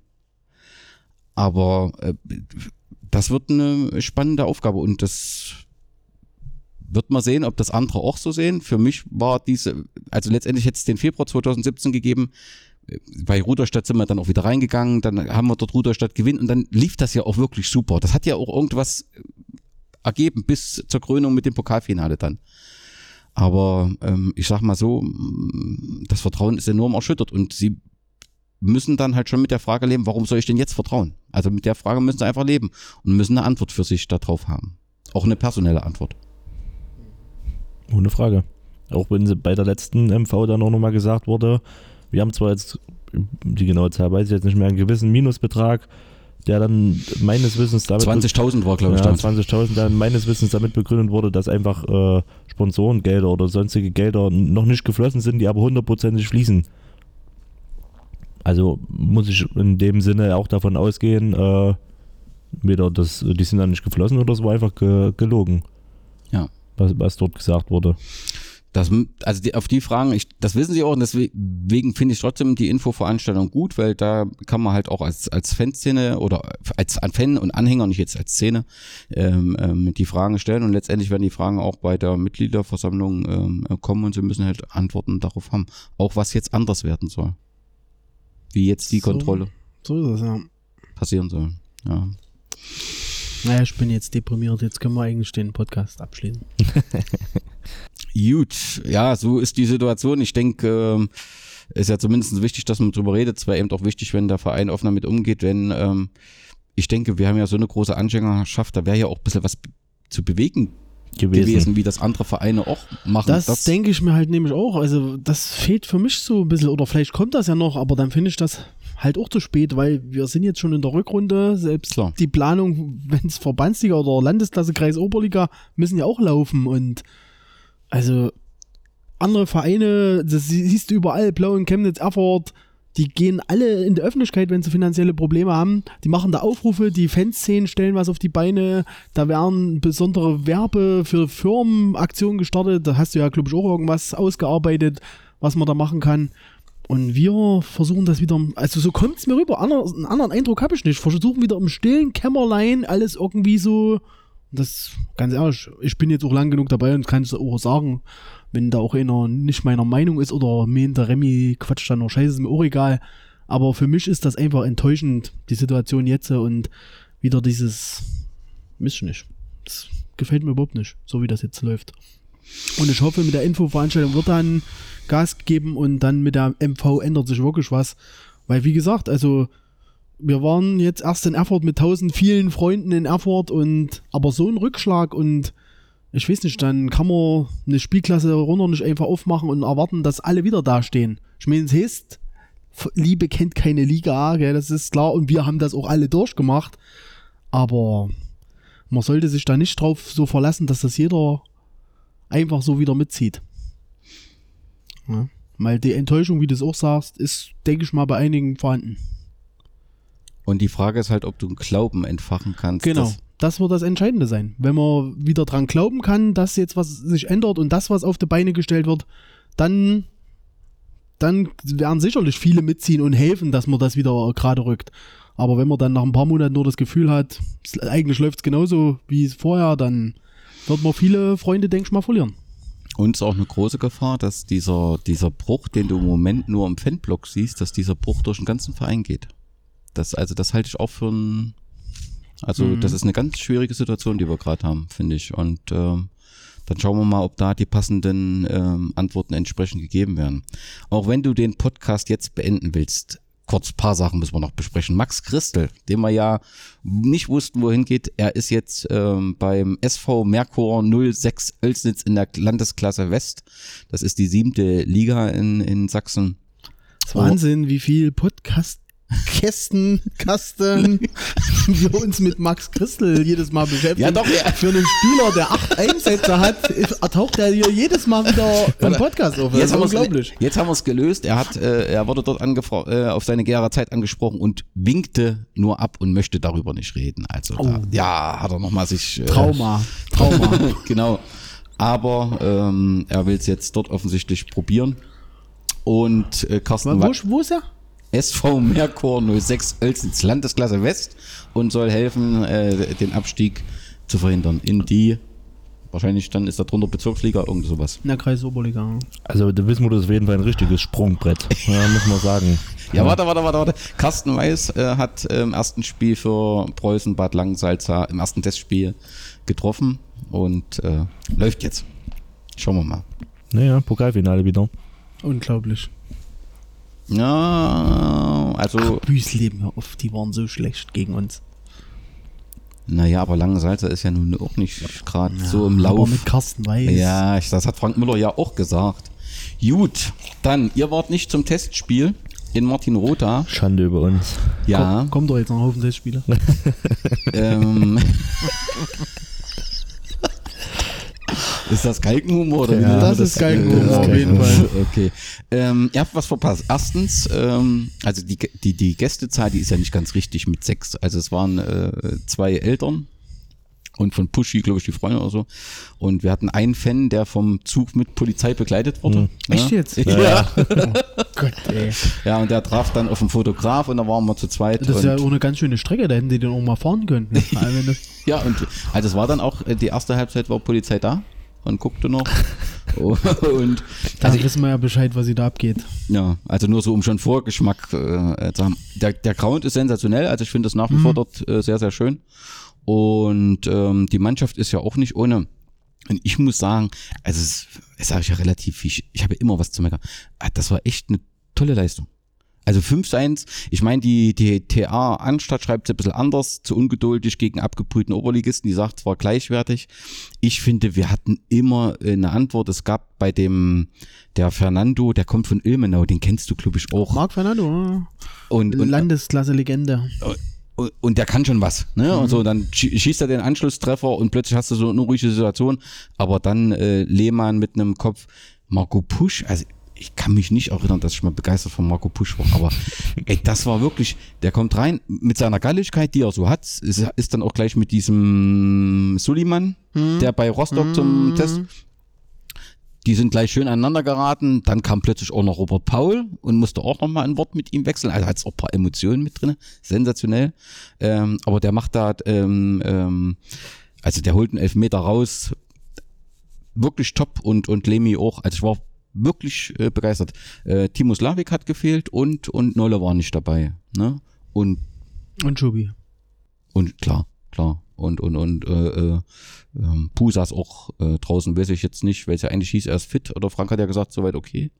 S3: Aber das wird eine spannende Aufgabe und das wird man sehen, ob das andere auch so sehen. Für mich war also letztendlich hätte es den Februar 2017 gegeben. Bei Rudolstadt sind wir dann auch wieder reingegangen, dann haben wir dort Rudolstadt gewinnt und dann lief das ja auch wirklich super. Das hat ja auch irgendwas ergeben bis zur Krönung mit dem Pokalfinale dann. Aber ich sag mal so, das Vertrauen ist enorm erschüttert und sie müssen dann halt schon mit der Frage leben, warum soll ich denn jetzt vertrauen? Also mit der Frage müssen sie einfach leben und müssen eine Antwort für sich darauf haben. Auch eine personelle Antwort.
S4: Ohne Frage. Auch wenn sie bei der letzten MV dann auch nochmal gesagt wurde, wir haben zwar jetzt, die genaue Zahl weiß ich jetzt nicht mehr, einen gewissen Minusbetrag, der dann meines Wissens damit
S3: 20.000 war, glaube ich.
S4: Ja, 20.000 dann meines Wissens damit begründet wurde, dass einfach Sponsorengelder oder sonstige Gelder noch nicht geflossen sind, die aber 100% fließen. Also muss ich in dem Sinne auch davon ausgehen, weder die sind dann nicht geflossen oder es war einfach gelogen.
S3: Ja.
S4: Was dort gesagt wurde.
S3: Auf die Fragen, das wissen sie auch, und deswegen finde ich trotzdem die Infoveranstaltung gut, weil da kann man halt auch als Fanszene oder als Fan und Anhänger, nicht jetzt als Szene, die Fragen stellen, und letztendlich werden die Fragen auch bei der Mitgliederversammlung kommen, und sie müssen halt Antworten darauf haben, auch was jetzt anders werden soll. Wie jetzt die Kontrolle
S5: So ist es, ja.
S3: passieren soll. Ja.
S5: Naja, ich bin jetzt deprimiert, jetzt können wir eigentlich den Podcast abschließen.
S3: Gut, ja, so ist die Situation. Ich denke, ist ja zumindest wichtig, dass man drüber redet. Es wäre eben auch wichtig, wenn der Verein offen damit umgeht, wenn, ich denke, wir haben ja so eine große Anhängerschaft, da wäre ja auch ein bisschen was zu bewegen gewesen, wie das andere Vereine auch machen.
S5: Das denke ich mir halt nämlich auch. Also das fehlt für mich so ein bisschen, oder vielleicht kommt das ja noch, aber dann finde ich das halt auch zu spät, weil wir sind jetzt schon in der Rückrunde, selbst
S3: Klar.
S5: die Planung, wenn es Verbandsliga oder Landesklasse, Kreis, Oberliga, müssen ja auch laufen, und also andere Vereine, das siehst du überall, Plauen, Chemnitz, Erfurt, die gehen alle in die Öffentlichkeit, wenn sie finanzielle Probleme haben. Die machen da Aufrufe, die Fanszenen stellen was auf die Beine, da werden besondere Werbe für Firmenaktionen gestartet, da hast du ja, glaube ich, auch irgendwas ausgearbeitet, was man da machen kann. Und wir versuchen das wieder, also so kommt es mir rüber, einen anderen Eindruck habe ich nicht, versuchen wieder im stillen Kämmerlein alles irgendwie so, das, ganz ehrlich, ich bin jetzt auch lang genug dabei und kann es auch sagen, wenn da auch einer nicht meiner Meinung ist oder mir der Remy quatscht dann noch Scheiße, ist mir auch egal, aber für mich ist das einfach enttäuschend, die Situation jetzt, und wieder dieses, weiß nicht, das gefällt mir überhaupt nicht, so wie das jetzt läuft. Und ich hoffe, mit der Infoveranstaltung wird dann Gas gegeben, und dann mit der MV ändert sich wirklich was. Weil, wie gesagt, also wir waren jetzt erst in Erfurt mit 1000 vielen Freunden in Erfurt, aber so ein Rückschlag, und ich weiß nicht, dann kann man eine Spielklasse runter nicht einfach aufmachen und erwarten, dass alle wieder dastehen. Ich meine, es heißt, Liebe kennt keine Liga, gell, das ist klar, und wir haben das auch alle durchgemacht, aber man sollte sich da nicht drauf so verlassen, dass das jeder einfach so wieder mitzieht. Ja, weil die Enttäuschung, wie du es auch sagst, ist, denke ich mal, bei einigen vorhanden.
S3: Und die Frage ist halt, ob du einen Glauben entfachen kannst.
S5: Genau, das wird das Entscheidende sein. Wenn man wieder dran glauben kann, dass jetzt was sich ändert und das, was auf die Beine gestellt wird, dann werden sicherlich viele mitziehen und helfen, dass man das wieder gerade rückt. Aber wenn man dann nach ein paar Monaten nur das Gefühl hat, eigentlich läuft es genauso wie es vorher, dann wird man viele Freunde, denke ich mal, verlieren.
S3: Und es ist auch eine große Gefahr, dass dieser Bruch, den du im Moment nur im Fanblock siehst, dass dieser Bruch durch den ganzen Verein geht. Das halte ich auch für das ist eine ganz schwierige Situation, die wir gerade haben, finde ich. Und dann schauen wir mal, ob da die passenden Antworten entsprechend gegeben werden. Auch wenn du den Podcast jetzt beenden willst, kurz ein paar Sachen müssen wir noch besprechen. Max Christel, den wir ja nicht wussten, wohin geht, er ist jetzt beim SV Merkur 06 Oelsnitz in der Landesklasse West. Das ist die 7. Liga in Sachsen.
S5: Das ist Wahnsinn, wie viel Kasten wir uns mit Max Christel jedes Mal beschäftigen.
S3: Ja, doch,
S5: für einen Spieler, der 8 Einsätze hat, taucht er hier jedes Mal wieder im Podcast auf. Das ist unglaublich.
S3: Jetzt haben wir es gelöst. Er wurde dort auf seine Gera-Zeit angesprochen und winkte nur ab und möchte darüber nicht reden. Also hat er nochmal sich...
S5: Trauma.
S3: Genau. Aber er will es jetzt dort offensichtlich probieren. Und Carsten...
S5: Wo ist er?
S3: SV Merkur 06 Oelsnitz, Landesklasse West, und soll helfen, den Abstieg zu verhindern in die, wahrscheinlich dann ist da drunter Bezirksliga, irgend sowas.
S5: In der Kreis Oberliga.
S4: Also der Wismut ist auf jeden Fall ein richtiges Sprungbrett, muss man sagen.
S3: Ja, warte. Carsten Weiß hat im ersten Spiel für Preußen Bad Langensalza im ersten Testspiel getroffen und läuft jetzt. Schauen wir mal.
S4: Naja, Pokalfinale wieder.
S5: Unglaublich.
S3: Ja, also...
S5: Büsleben, hör auf, die waren so schlecht gegen uns.
S3: Naja, aber Langensalza ist ja nun auch nicht gerade so im Lauf.
S5: Aber mit Carsten Weiß.
S3: Ja, das hat Frank Müller ja auch gesagt. Gut, dann, ihr wart nicht zum Testspiel in Martinrotha.
S4: Schande über uns.
S3: Ja.
S5: Kommt doch jetzt noch ein Haufen Testspieler.
S3: Ist das Galgenhumor? Oder
S5: ja, das ist Galgenhumor auf jeden Fall.
S3: Okay. Ihr habt was verpasst. Erstens, also die Gästezahl, die ist ja nicht ganz richtig mit 6. Also es waren 2 Eltern und von Pushy, glaube ich, die Freunde oder so. Und wir hatten einen Fan, der vom Zug mit Polizei begleitet wurde.
S5: Echt jetzt?
S3: Ja.
S5: Oh Gott, ey.
S3: Ja, und der traf dann auf einen Fotograf und da waren wir zu zweit.
S5: Das ist ja auch eine ganz schöne Strecke, da hätten die den auch mal fahren können.
S3: Ja, und also es war dann auch, die erste Halbzeit war Polizei da und guckte noch. Und
S5: Da
S3: also,
S5: wissen wir ja Bescheid, was sie da abgeht.
S3: ja, also nur so, um schon Vorgeschmack zu haben. Der Ground ist sensationell, also ich finde das nach wie vor dort sehr, sehr schön. Und die Mannschaft ist ja auch nicht ohne. Und ich muss sagen, also es sage ich ja relativ viel, ich habe immer was zu meckern. Das war echt eine tolle Leistung. Also 5-1, ich meine, die TA Anstatt schreibt es ein bisschen anders, zu ungeduldig gegen abgebrühten Oberligisten, die sagt zwar gleichwertig. Ich finde, wir hatten immer eine Antwort. Es gab bei der Fernando, der kommt von Ilmenau, den kennst du, glaube ich, auch.
S5: Marc Fernando,
S3: Und
S5: Landesklasse-Legende.
S3: Und der kann schon was, ne? Und so, dann schießt er den Anschlusstreffer und plötzlich hast du so eine ruhige Situation. Aber dann Lehmann mit einem Kopf, Marco Pusch, also ich kann mich nicht erinnern, dass ich mal begeistert von Marco Pusch war, aber ey, das war wirklich, der kommt rein mit seiner Galligkeit, die er so hat, ist dann auch gleich mit diesem Suliman, der bei Rostock zum Test, die sind gleich schön aneinander geraten, dann kam plötzlich auch noch Robert Paul und musste auch noch mal ein Wort mit ihm wechseln, also hat es auch ein paar Emotionen mit drin, sensationell, aber der macht da, also der holt einen Elfmeter raus, wirklich top und Lemi auch, also ich war wirklich begeistert. Timo Slavik hat gefehlt und Nolle war nicht dabei, ne? Und
S5: Schubi.
S3: Und klar. Und Puh saß auch draußen, weiß ich jetzt nicht, weil es ja eigentlich hieß, er ist fit, oder Frank hat ja gesagt, soweit okay.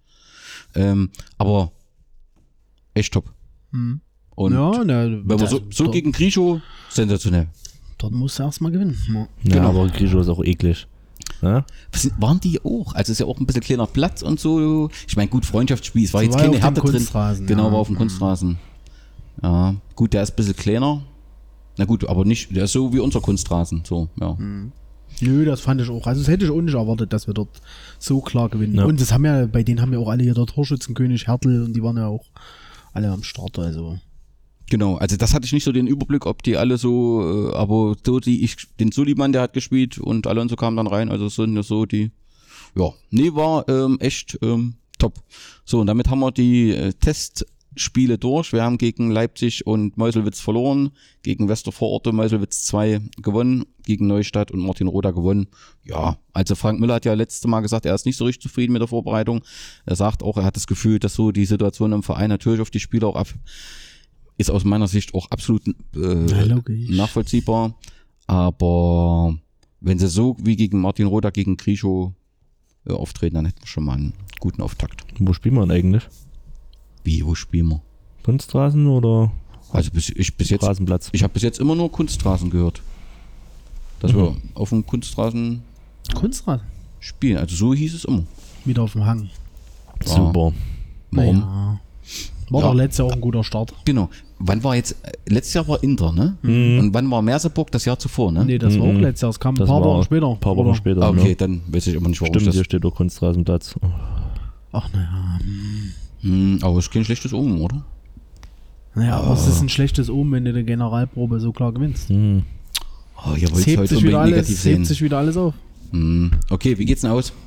S3: Aber echt top. Und
S5: ja,
S3: wenn man so gegen Grischow, sensationell.
S5: Dort musst du erstmal gewinnen.
S4: Ja,
S3: Genau.
S4: aber Grischow ist auch eklig. Ja?
S3: Waren die auch? Also ist ja auch ein bisschen kleiner Platz und so. Ich meine, gut, Freundschaftsspiel, es war jetzt
S5: war
S3: keine
S5: auf
S3: Härte
S5: dem
S3: drin.
S5: Kunstrasen,
S3: Genau,
S5: ja.
S3: war auf dem Kunstrasen. Ja, gut, der ist ein bisschen kleiner. Na gut, aber nicht, der ist so wie unser Kunstrasen. So, ja.
S5: Nö, das fand ich auch. Also das hätte ich auch nicht erwartet, dass wir dort so klar gewinnen.
S4: Ja.
S5: Und das haben ja, bei denen haben ja auch alle hier der Torschützenkönig Hertel und die waren ja auch alle am Start. Also
S3: Genau, also das hatte ich nicht so den Überblick, ob die alle so, aber so den Suliman, der hat gespielt und Alonso kam dann rein, also sind ja so die, ja, nee, war echt top. So, und damit haben wir die Testspiele durch. Wir haben gegen Leipzig und Meuselwitz verloren, gegen Westervororte Meuselwitz 2 gewonnen, gegen Neustadt und Martin Roda gewonnen. Ja, also Frank Müller hat ja letztes Mal gesagt, er ist nicht so richtig zufrieden mit der Vorbereitung. Er sagt auch, er hat das Gefühl, dass so die Situation im Verein natürlich auf die Spieler auch ist aus meiner Sicht auch absolut nachvollziehbar. Aber wenn sie so wie gegen Martin Roda, gegen Grischow auftreten, dann hätten wir schon mal einen guten Auftakt.
S4: Wo spielen wir denn eigentlich?
S3: Wie, wo spielen wir?
S4: Kunstrasen oder
S3: Also bis jetzt,
S4: Rasenplatz?
S3: ich habe bis jetzt immer nur Kunstrasen gehört. Dass wir auf dem Kunstrasen spielen. Also so hieß es immer.
S5: wieder auf dem Hang.
S4: Super.
S3: Warum?
S5: Ja. War doch letztes Jahr auch ein guter Start.
S3: Genau. Wann war jetzt, letztes Jahr war Inter, ne? Und wann war Merseburg das Jahr zuvor, ne?
S5: Nee, das war auch letztes Jahr. Es kam ein
S4: Das
S5: paar
S4: war
S5: Wochen später.
S4: Ein paar Wochen später.
S3: Ah, okay,
S4: ne?
S3: dann weiß ich immer nicht, warum
S4: Stimmt,
S3: ich
S4: hier
S3: das.
S4: steht doch Kunstrasenplatz.
S5: Ach naja.
S3: Aber es ist kein schlechtes Omen, oder?
S5: Naja, aber es ist ein schlechtes Omen, wenn du die Generalprobe so klar gewinnst.
S3: Oh, ihr wollt
S5: Es
S3: es heute unbedingt negativ sehen.
S5: hebt sich wieder alles auf.
S3: Okay, wie geht's denn aus?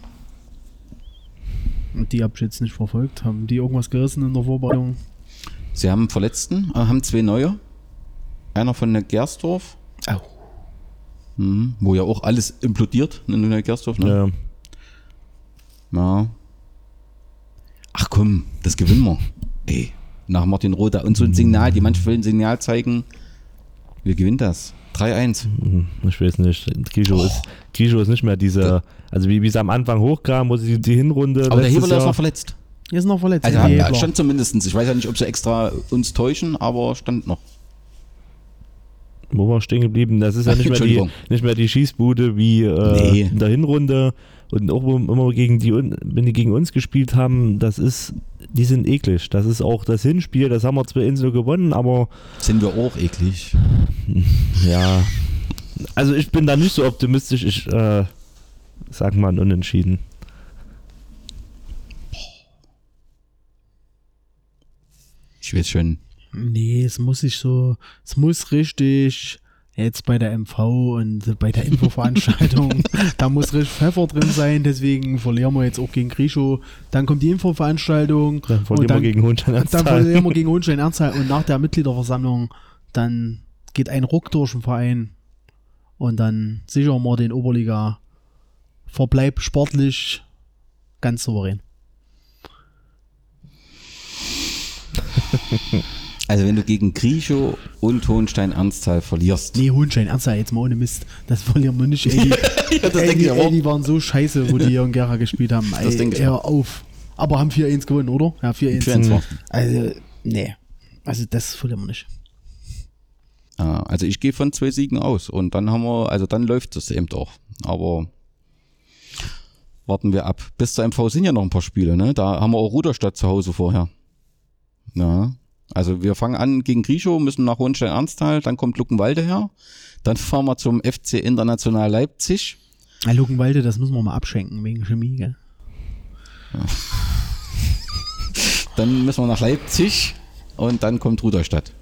S5: Und die hab ich jetzt nicht verfolgt. Haben die irgendwas gerissen in der Vorbereitung?
S3: Sie haben einen Verletzten, haben 2 neue. Einer von der Gersdorf,
S5: Au.
S3: wo ja auch alles implodiert in der Gersdorf, ne?
S4: Ja.
S3: Ja. Ach komm, das gewinnen wir. Ey, nach Martin Roda und so ein Signal, die manche will ein Signal zeigen. Wir gewinnen das. 3-1.
S4: Ich weiß nicht. Grischow ist nicht mehr diese, also wie es am Anfang hochkam, wo sie die Hinrunde.
S3: Aber der
S4: letztes
S3: Heberler ist
S4: Jahr-
S3: noch verletzt.
S5: Er ist noch verletzt.
S3: Also
S5: der Hebler.
S3: stand zumindestens. Ich weiß ja nicht, ob sie extra uns täuschen, aber stand noch.
S4: Wo war stehen geblieben? Das ist ja
S3: Ach,
S4: nicht
S3: Entschuldigung.
S4: mehr die Schießbude wie
S3: Nee.
S4: in der Hinrunde. Und auch immer wenn die gegen uns gespielt haben, die sind eklig. Das ist auch das Hinspiel, das haben wir zwar Insel gewonnen, aber
S3: Sind wir auch eklig.
S4: ja. Also ich bin da nicht so optimistisch. Ich sag mal ein Unentschieden.
S3: Ich weiß schon.
S5: Nee, es muss richtig Jetzt bei der MV und bei der Infoveranstaltung, da muss richtig Pfeffer drin sein, deswegen verlieren wir jetzt auch gegen Grischow. Dann kommt die Infoveranstaltung.
S4: Dann verlieren wir gegen Hohenstein-Ernsthal.
S5: Dann verlieren wir gegen Hohenstein-Ernsthal und nach der Mitgliederversammlung, dann geht ein Ruck durch den Verein und dann sichern wir den Oberliga-Verbleib sportlich ganz souverän.
S3: Also wenn du gegen Grischow und Hohenstein-Ernsthal verlierst.
S5: Nee, Hohenstein-Ernsthal, jetzt mal ohne Mist. Das verlieren wir nicht. Ey, die waren so scheiße, wo die hier in Gera gespielt haben.
S3: Das denke ich
S5: hör auf. Aber haben 4-1 gewonnen, oder? Ja, 4-1.
S3: 4-1.
S5: Also, nee. Also das verlieren wir nicht.
S3: Also ich gehe von 2 Siegen aus und dann dann läuft es eben auch. Aber warten wir ab. Bis zur MV sind ja noch ein paar Spiele, ne? Da haben wir auch Rudolstadt zu Hause vorher. Ja. Also wir fangen an gegen Grischow, müssen nach Hohenstein-Ernsthal, dann kommt Luckenwalde her, dann fahren wir zum FC International Leipzig.
S5: Ja, Luckenwalde, das müssen wir mal abschenken, wegen Chemie, gell?
S3: Ja. Dann müssen wir nach Leipzig und dann kommt Rudolstadt.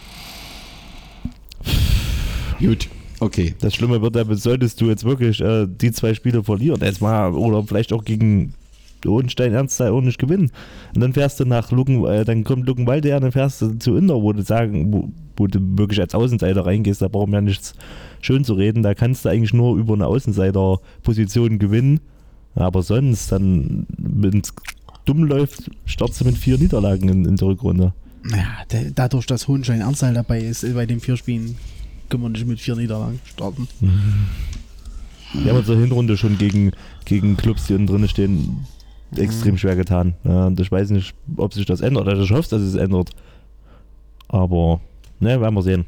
S3: Gut, okay.
S4: Das Schlimme wird, damit solltest du jetzt wirklich die 2 Spiele verlieren, erstmal, oder vielleicht auch gegen Hohenstein-Ernsthal auch nicht gewinnen. Und dann fährst du nach dann kommt Luckenwalde her, dann fährst du zu Inter, wo du du wirklich als Außenseiter reingehst, da brauchen wir ja nichts schön zu reden, da kannst du eigentlich nur über eine Außenseiterposition gewinnen, aber sonst, dann, wenn es dumm läuft, startest du mit 4 Niederlagen in der Rückrunde.
S5: Naja, dadurch, dass Hohenstein-Ernsthal dabei ist, bei den 4 Spielen, können wir nicht mit 4 Niederlagen starten.
S4: Wir haben uns in der Hinrunde schon gegen Clubs, die unten drin stehen, extrem schwer getan. Und ich weiß nicht, ob sich das ändert, oder ich hoffe, dass es ändert. Aber, ne, werden wir sehen.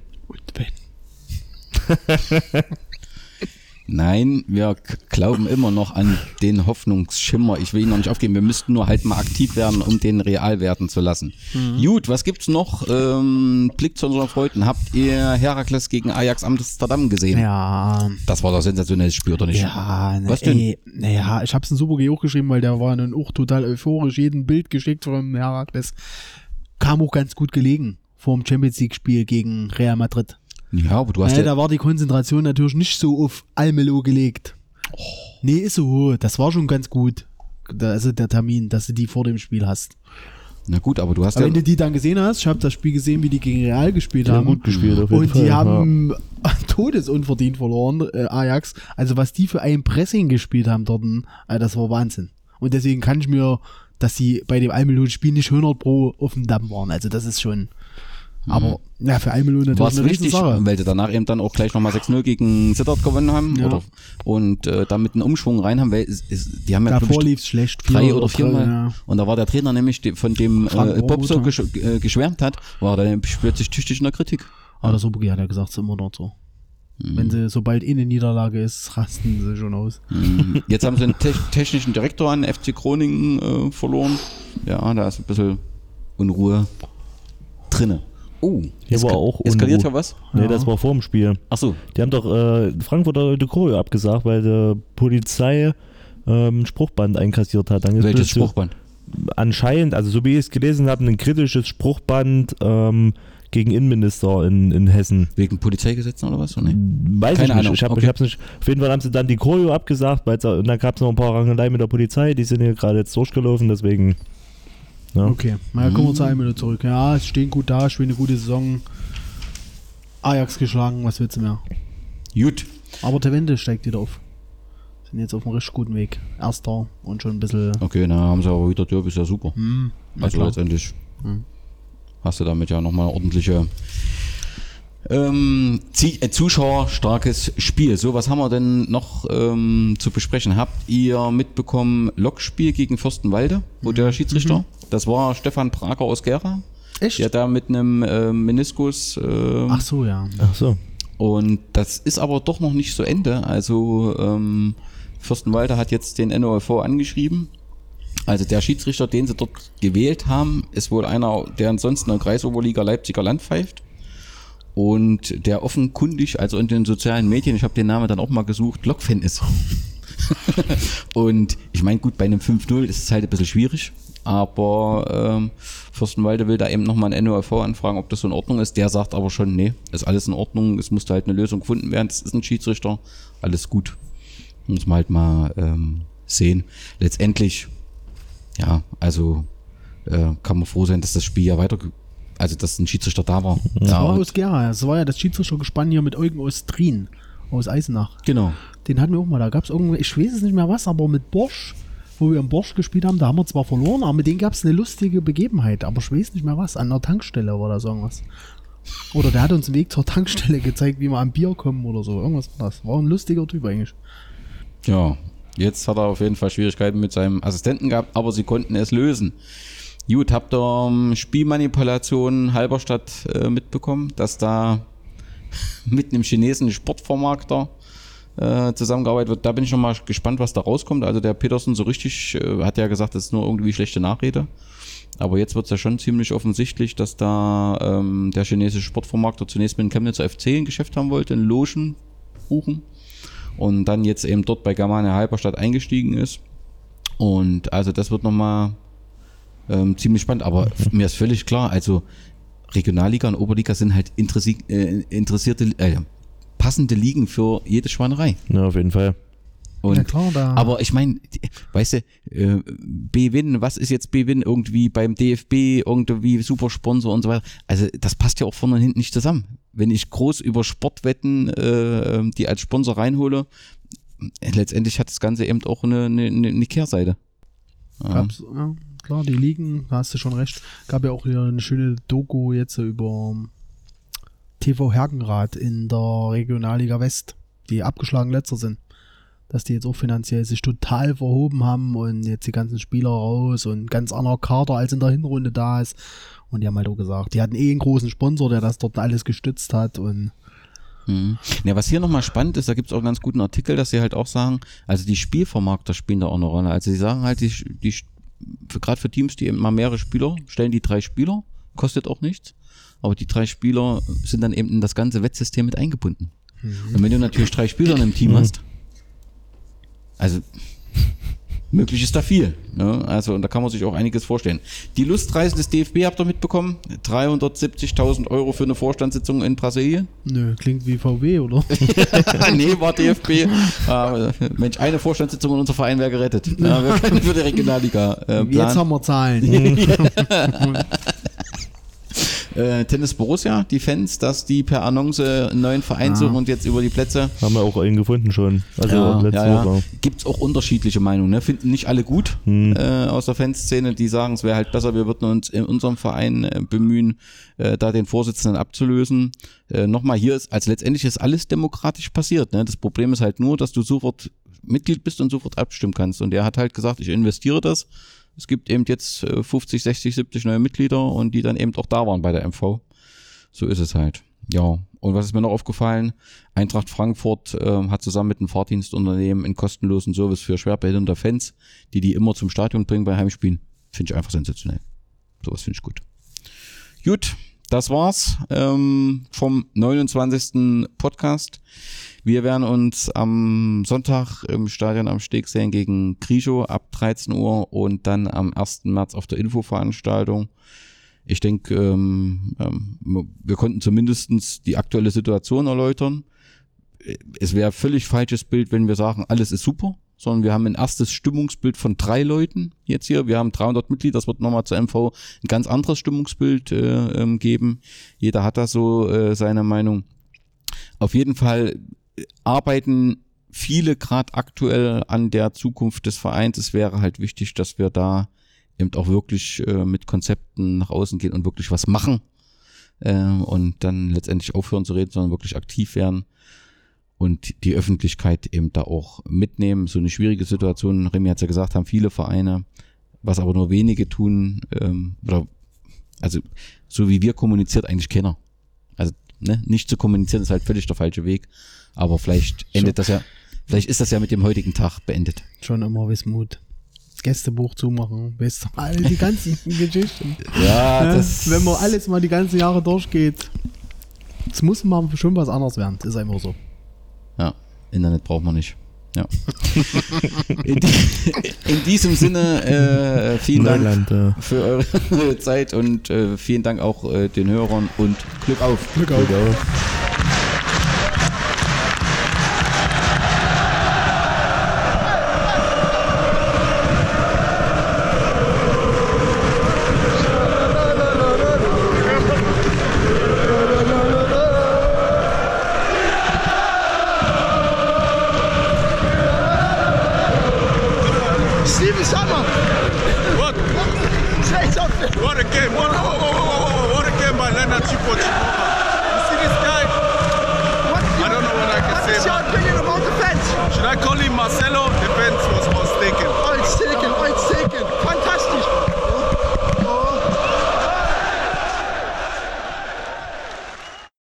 S3: Nein, wir glauben immer noch an den Hoffnungsschimmer. Ich will ihn noch nicht aufgeben. Wir müssten nur halt mal aktiv werden, um den real werden zu lassen. Gut, was gibt's noch? Blick zu unseren Freunden. Habt ihr Herakles gegen Ajax Amsterdam gesehen?
S5: Ja.
S3: Das war doch sensationelles Spiel, oder nicht?
S5: Ja,
S3: was denn?
S5: Naja, ich hab's in Super G auch geschrieben, weil der war dann auch total euphorisch. Jeden Bild geschickt vom Herakles. Kam auch ganz gut gelegen vor dem Champions League Spiel gegen Real Madrid.
S3: Ja, aber du hast
S5: da war die Konzentration natürlich nicht so auf Almelo gelegt. Nee, ist so. Das war schon ganz gut. Also der Termin, dass du die vor dem Spiel hast.
S3: Na gut, aber du hast
S5: aber wenn du die dann gesehen hast, ich habe das Spiel gesehen, wie die gegen Real gespielt haben.
S4: Gut gespielt, auf jeden
S5: und
S4: Fall.
S5: Die haben todesunverdient verloren, Ajax. Also was die für ein Pressing gespielt haben dort, das war Wahnsinn. Und deswegen kann ich mir, dass sie bei dem Almelo-Spiel nicht 100% auf dem Damm waren. Also das ist schon... Aber ja, für Almelo natürlich
S3: war's
S5: eine
S3: wichtig,
S5: Sache.
S3: weil sie danach eben dann auch gleich nochmal 6-0 gegen Sittard gewonnen haben.
S5: Ja.
S3: Und damit einen Umschwung rein haben, weil die haben ja
S5: davor lief es schlecht.
S3: 3 oder 4 Mal.
S5: Ja.
S3: Und da war der Trainer nämlich, von dem Bob so geschwärmt hat, war dann plötzlich tüchtig in der Kritik.
S5: Aber der Sobugi hat ja gesagt, es ist immer dort so. Wenn sie, sobald eine Niederlage ist, rasten sie schon aus.
S3: Jetzt haben sie einen technischen Direktor an FC Groningen verloren. Ja, da ist ein bisschen Unruhe drinne. Oh,
S4: hier war auch
S3: eskaliert ja was?
S4: Nee, das war vor dem Spiel.
S3: Ach so.
S4: Die haben doch Frankfurter Choreo abgesagt, weil die Polizei ein Spruchband einkassiert hat. Dann
S3: welches Spruchband?
S4: Anscheinend, also so wie ich es gelesen habe, ein kritisches Spruchband gegen Innenminister in Hessen.
S3: Wegen Polizeigesetzen oder was? Oder nee?
S4: Weiß
S3: Keine
S4: ich nicht.
S3: Ahnung.
S4: Ich hab's nicht. Auf jeden Fall haben sie dann die Choreo abgesagt, und dann gab es noch ein paar Rangeleien mit der Polizei, die sind hier gerade jetzt durchgelaufen, deswegen... Ja.
S5: Okay, na, kommen wir zu Almelo zurück. Ja, es stehen gut da, spielen eine gute Saison. Ajax geschlagen, was willst du mehr?
S3: Gut.
S5: Aber Tevende steigt wieder auf. Sind jetzt auf einem richtig guten Weg. Erster und schon ein bisschen...
S3: Okay, na haben sie aber wieder Derby, ist ja super. Also
S5: klar.
S3: letztendlich hast du damit ja nochmal ordentliche zuschauerstarkes Spiel. So, was haben wir denn noch zu besprechen? Habt ihr mitbekommen, Lokspiel gegen Fürstenwalde, wo der Schiedsrichter, das war Stefan Prager aus Gera.
S5: Echt?
S3: Der da mit einem Meniskus.
S5: Ach so, ja.
S4: Ach so.
S3: Und das ist aber doch noch nicht zu Ende. Also Fürstenwalde hat jetzt den NOFV angeschrieben. Also der Schiedsrichter, den sie dort gewählt haben, ist wohl einer, der ansonsten in der Kreisoberliga Leipziger Land pfeift. Und der offenkundig, also in den sozialen Medien, ich habe den Namen dann auch mal gesucht, Lokfan ist. Und ich meine, gut, bei einem 5-0 ist es halt ein bisschen schwierig, aber Fürstenwalde will da eben nochmal einen NORV anfragen, ob das so in Ordnung ist. Der sagt aber schon, nee, ist alles in Ordnung, es musste halt eine Lösung gefunden werden, es ist ein Schiedsrichter, alles gut. Muss man halt mal sehen. Letztendlich, ja, also kann man froh sein, dass das Spiel ja also dass ein Schiedsrichter da war.
S5: Das war aus Gera, das war ja das Schiedsrichtergespann hier mit Eugen Ostrin aus Eisenach.
S3: Genau.
S5: Den hatten wir auch mal, da gab es irgendwie, ich weiß es nicht mehr was, aber mit Borsch, wo wir im Borsch gespielt haben, da haben wir zwar verloren, aber mit denen gab es eine lustige Begebenheit, aber ich weiß nicht mehr was, an der Tankstelle oder so irgendwas. Oder der hat uns den Weg zur Tankstelle gezeigt, wie wir am Bier kommen oder so, irgendwas war das. War ein lustiger Typ eigentlich.
S3: Ja, jetzt hat er auf jeden Fall Schwierigkeiten mit seinem Assistenten gehabt, aber sie konnten es lösen. Gut, habt ihr Spielmanipulation Halberstadt mitbekommen, dass da mit einem chinesischen Sportvermarkter zusammengearbeitet wird? Da bin ich schon mal gespannt, was da rauskommt. Also der Petersen so richtig hat ja gesagt, das ist nur irgendwie schlechte Nachrede. Aber jetzt wird es ja schon ziemlich offensichtlich, dass da der chinesische Sportvermarkter zunächst mit dem Chemnitzer FC ein Geschäft haben wollte, in Logen buchen. Und dann jetzt eben dort bei Germania Halberstadt eingestiegen ist. Und also das wird nochmal ziemlich spannend. Aber mir ist völlig klar, also Regionalliga und Oberliga sind halt passende Ligen für jede Schweinerei.
S4: Ja, auf jeden Fall.
S3: Und,
S5: ja klar,
S3: aber ich meine, weißt du, B-Win, was ist jetzt B-Win irgendwie beim DFB, irgendwie Supersponsor und so weiter. Also das passt ja auch vorne und hinten nicht zusammen. Wenn ich groß über Sportwetten die als Sponsor reinhole, letztendlich hat das Ganze eben auch eine Kehrseite. Ja.
S5: Ja, klar, die Ligen, da hast du schon recht. Gab ja auch hier eine schöne Doku jetzt über TV Hergenrath in der Regionalliga West, die abgeschlagen letzter sind. Dass die jetzt auch finanziell sich total verhoben haben und jetzt die ganzen Spieler raus und ganz anderer Kader als in der Hinrunde da ist. Und die haben halt auch gesagt, die hatten einen großen Sponsor, der das dort alles gestützt hat. Und
S3: ja, was hier nochmal spannend ist, da gibt es auch einen ganz guten Artikel, dass sie halt auch sagen, also die Spielvermarkter spielen da auch eine Rolle. Also sie sagen halt, gerade für Teams, die eben mal mehrere Spieler, stellen die 3 Spieler, kostet auch nichts, aber die 3 Spieler sind dann eben in das ganze Wettsystem mit eingebunden. Und wenn du natürlich 3 Spieler in einem Team hast, also möglich ist da viel. Ne? Also und da kann man sich auch einiges vorstellen. Die Lustreise des DFB habt ihr mitbekommen? 370.000 € für eine Vorstandssitzung in Brasilien?
S5: nö, klingt wie VW, oder?
S3: Nee, war DFB. Mensch, eine Vorstandssitzung und unser Verein wäre gerettet. Ja, wir können für die Regionalliga planen.
S5: Jetzt haben wir Zahlen.
S3: Tennis Borussia, die Fans, dass die per Annonce einen neuen Verein suchen und jetzt über die Plätze.
S4: Haben wir auch einen gefunden schon. Also letzte Woche.
S3: Gibt es auch unterschiedliche Meinungen. Ne? Finden nicht alle gut aus der Fanszene, die sagen, es wäre halt besser, wir würden uns in unserem Verein bemühen, da den Vorsitzenden abzulösen. Nochmal, hier ist, als letztendlich ist alles demokratisch passiert. Ne? Das Problem ist halt nur, dass du sofort Mitglied bist und sofort abstimmen kannst. Und er hat halt gesagt, ich investiere das. Es gibt eben jetzt 50, 60, 70 neue Mitglieder und die dann eben auch da waren bei der MV. So ist es halt. Ja, und was ist mir noch aufgefallen? Eintracht Frankfurt hat zusammen mit einem Fahrdienstunternehmen einen kostenlosen Service für schwerbehinderte Fans, die immer zum Stadion bringen bei Heimspielen. Finde ich einfach sensationell. Sowas finde ich gut. Gut, das war's vom 29. Podcast. Wir werden uns am Sonntag im Stadion am Steg sehen gegen Krieschow ab 13 Uhr und dann am 1. März auf der Infoveranstaltung. Ich denke, wir konnten zumindest die aktuelle Situation erläutern. Es wäre völlig falsches Bild, wenn wir sagen, alles ist super, sondern wir haben ein erstes Stimmungsbild von 3 Leuten jetzt hier. Wir haben 300 Mitglieder, das wird nochmal zur MV ein ganz anderes Stimmungsbild geben. Jeder hat da so seine Meinung. Auf jeden Fall arbeiten viele gerade aktuell an der Zukunft des Vereins. Es wäre halt wichtig, dass wir da eben auch wirklich mit Konzepten nach außen gehen und wirklich was machen und dann letztendlich aufhören zu reden, sondern wirklich aktiv werden und die Öffentlichkeit eben da auch mitnehmen. So eine schwierige Situation, Remy hat es ja gesagt, haben viele Vereine, was aber nur wenige tun, also so wie wir kommuniziert eigentlich keiner. Also nicht zu kommunizieren ist halt völlig der falsche Weg, aber vielleicht endet das ja, vielleicht ist das ja mit dem heutigen Tag beendet.
S5: Schon immer Wismut. Das Gästebuch zumachen, weißt du, all die ganzen Geschichten.
S3: Ja,
S5: wenn man alles mal die ganzen Jahre durchgeht, es muss mal schon was anderes werden, das ist einfach so.
S3: Ja, Internet braucht man nicht. Ja. In diesem Sinne, vielen
S4: Neuland,
S3: Dank für eure Zeit und vielen Dank auch den Hörern und Glück auf.
S5: Glück auf.
S6: What a game! What a game by Leonard Chipo. You see this guy? I don't know what I can say. What's your opinion about the fans? Should I call him Marcelo?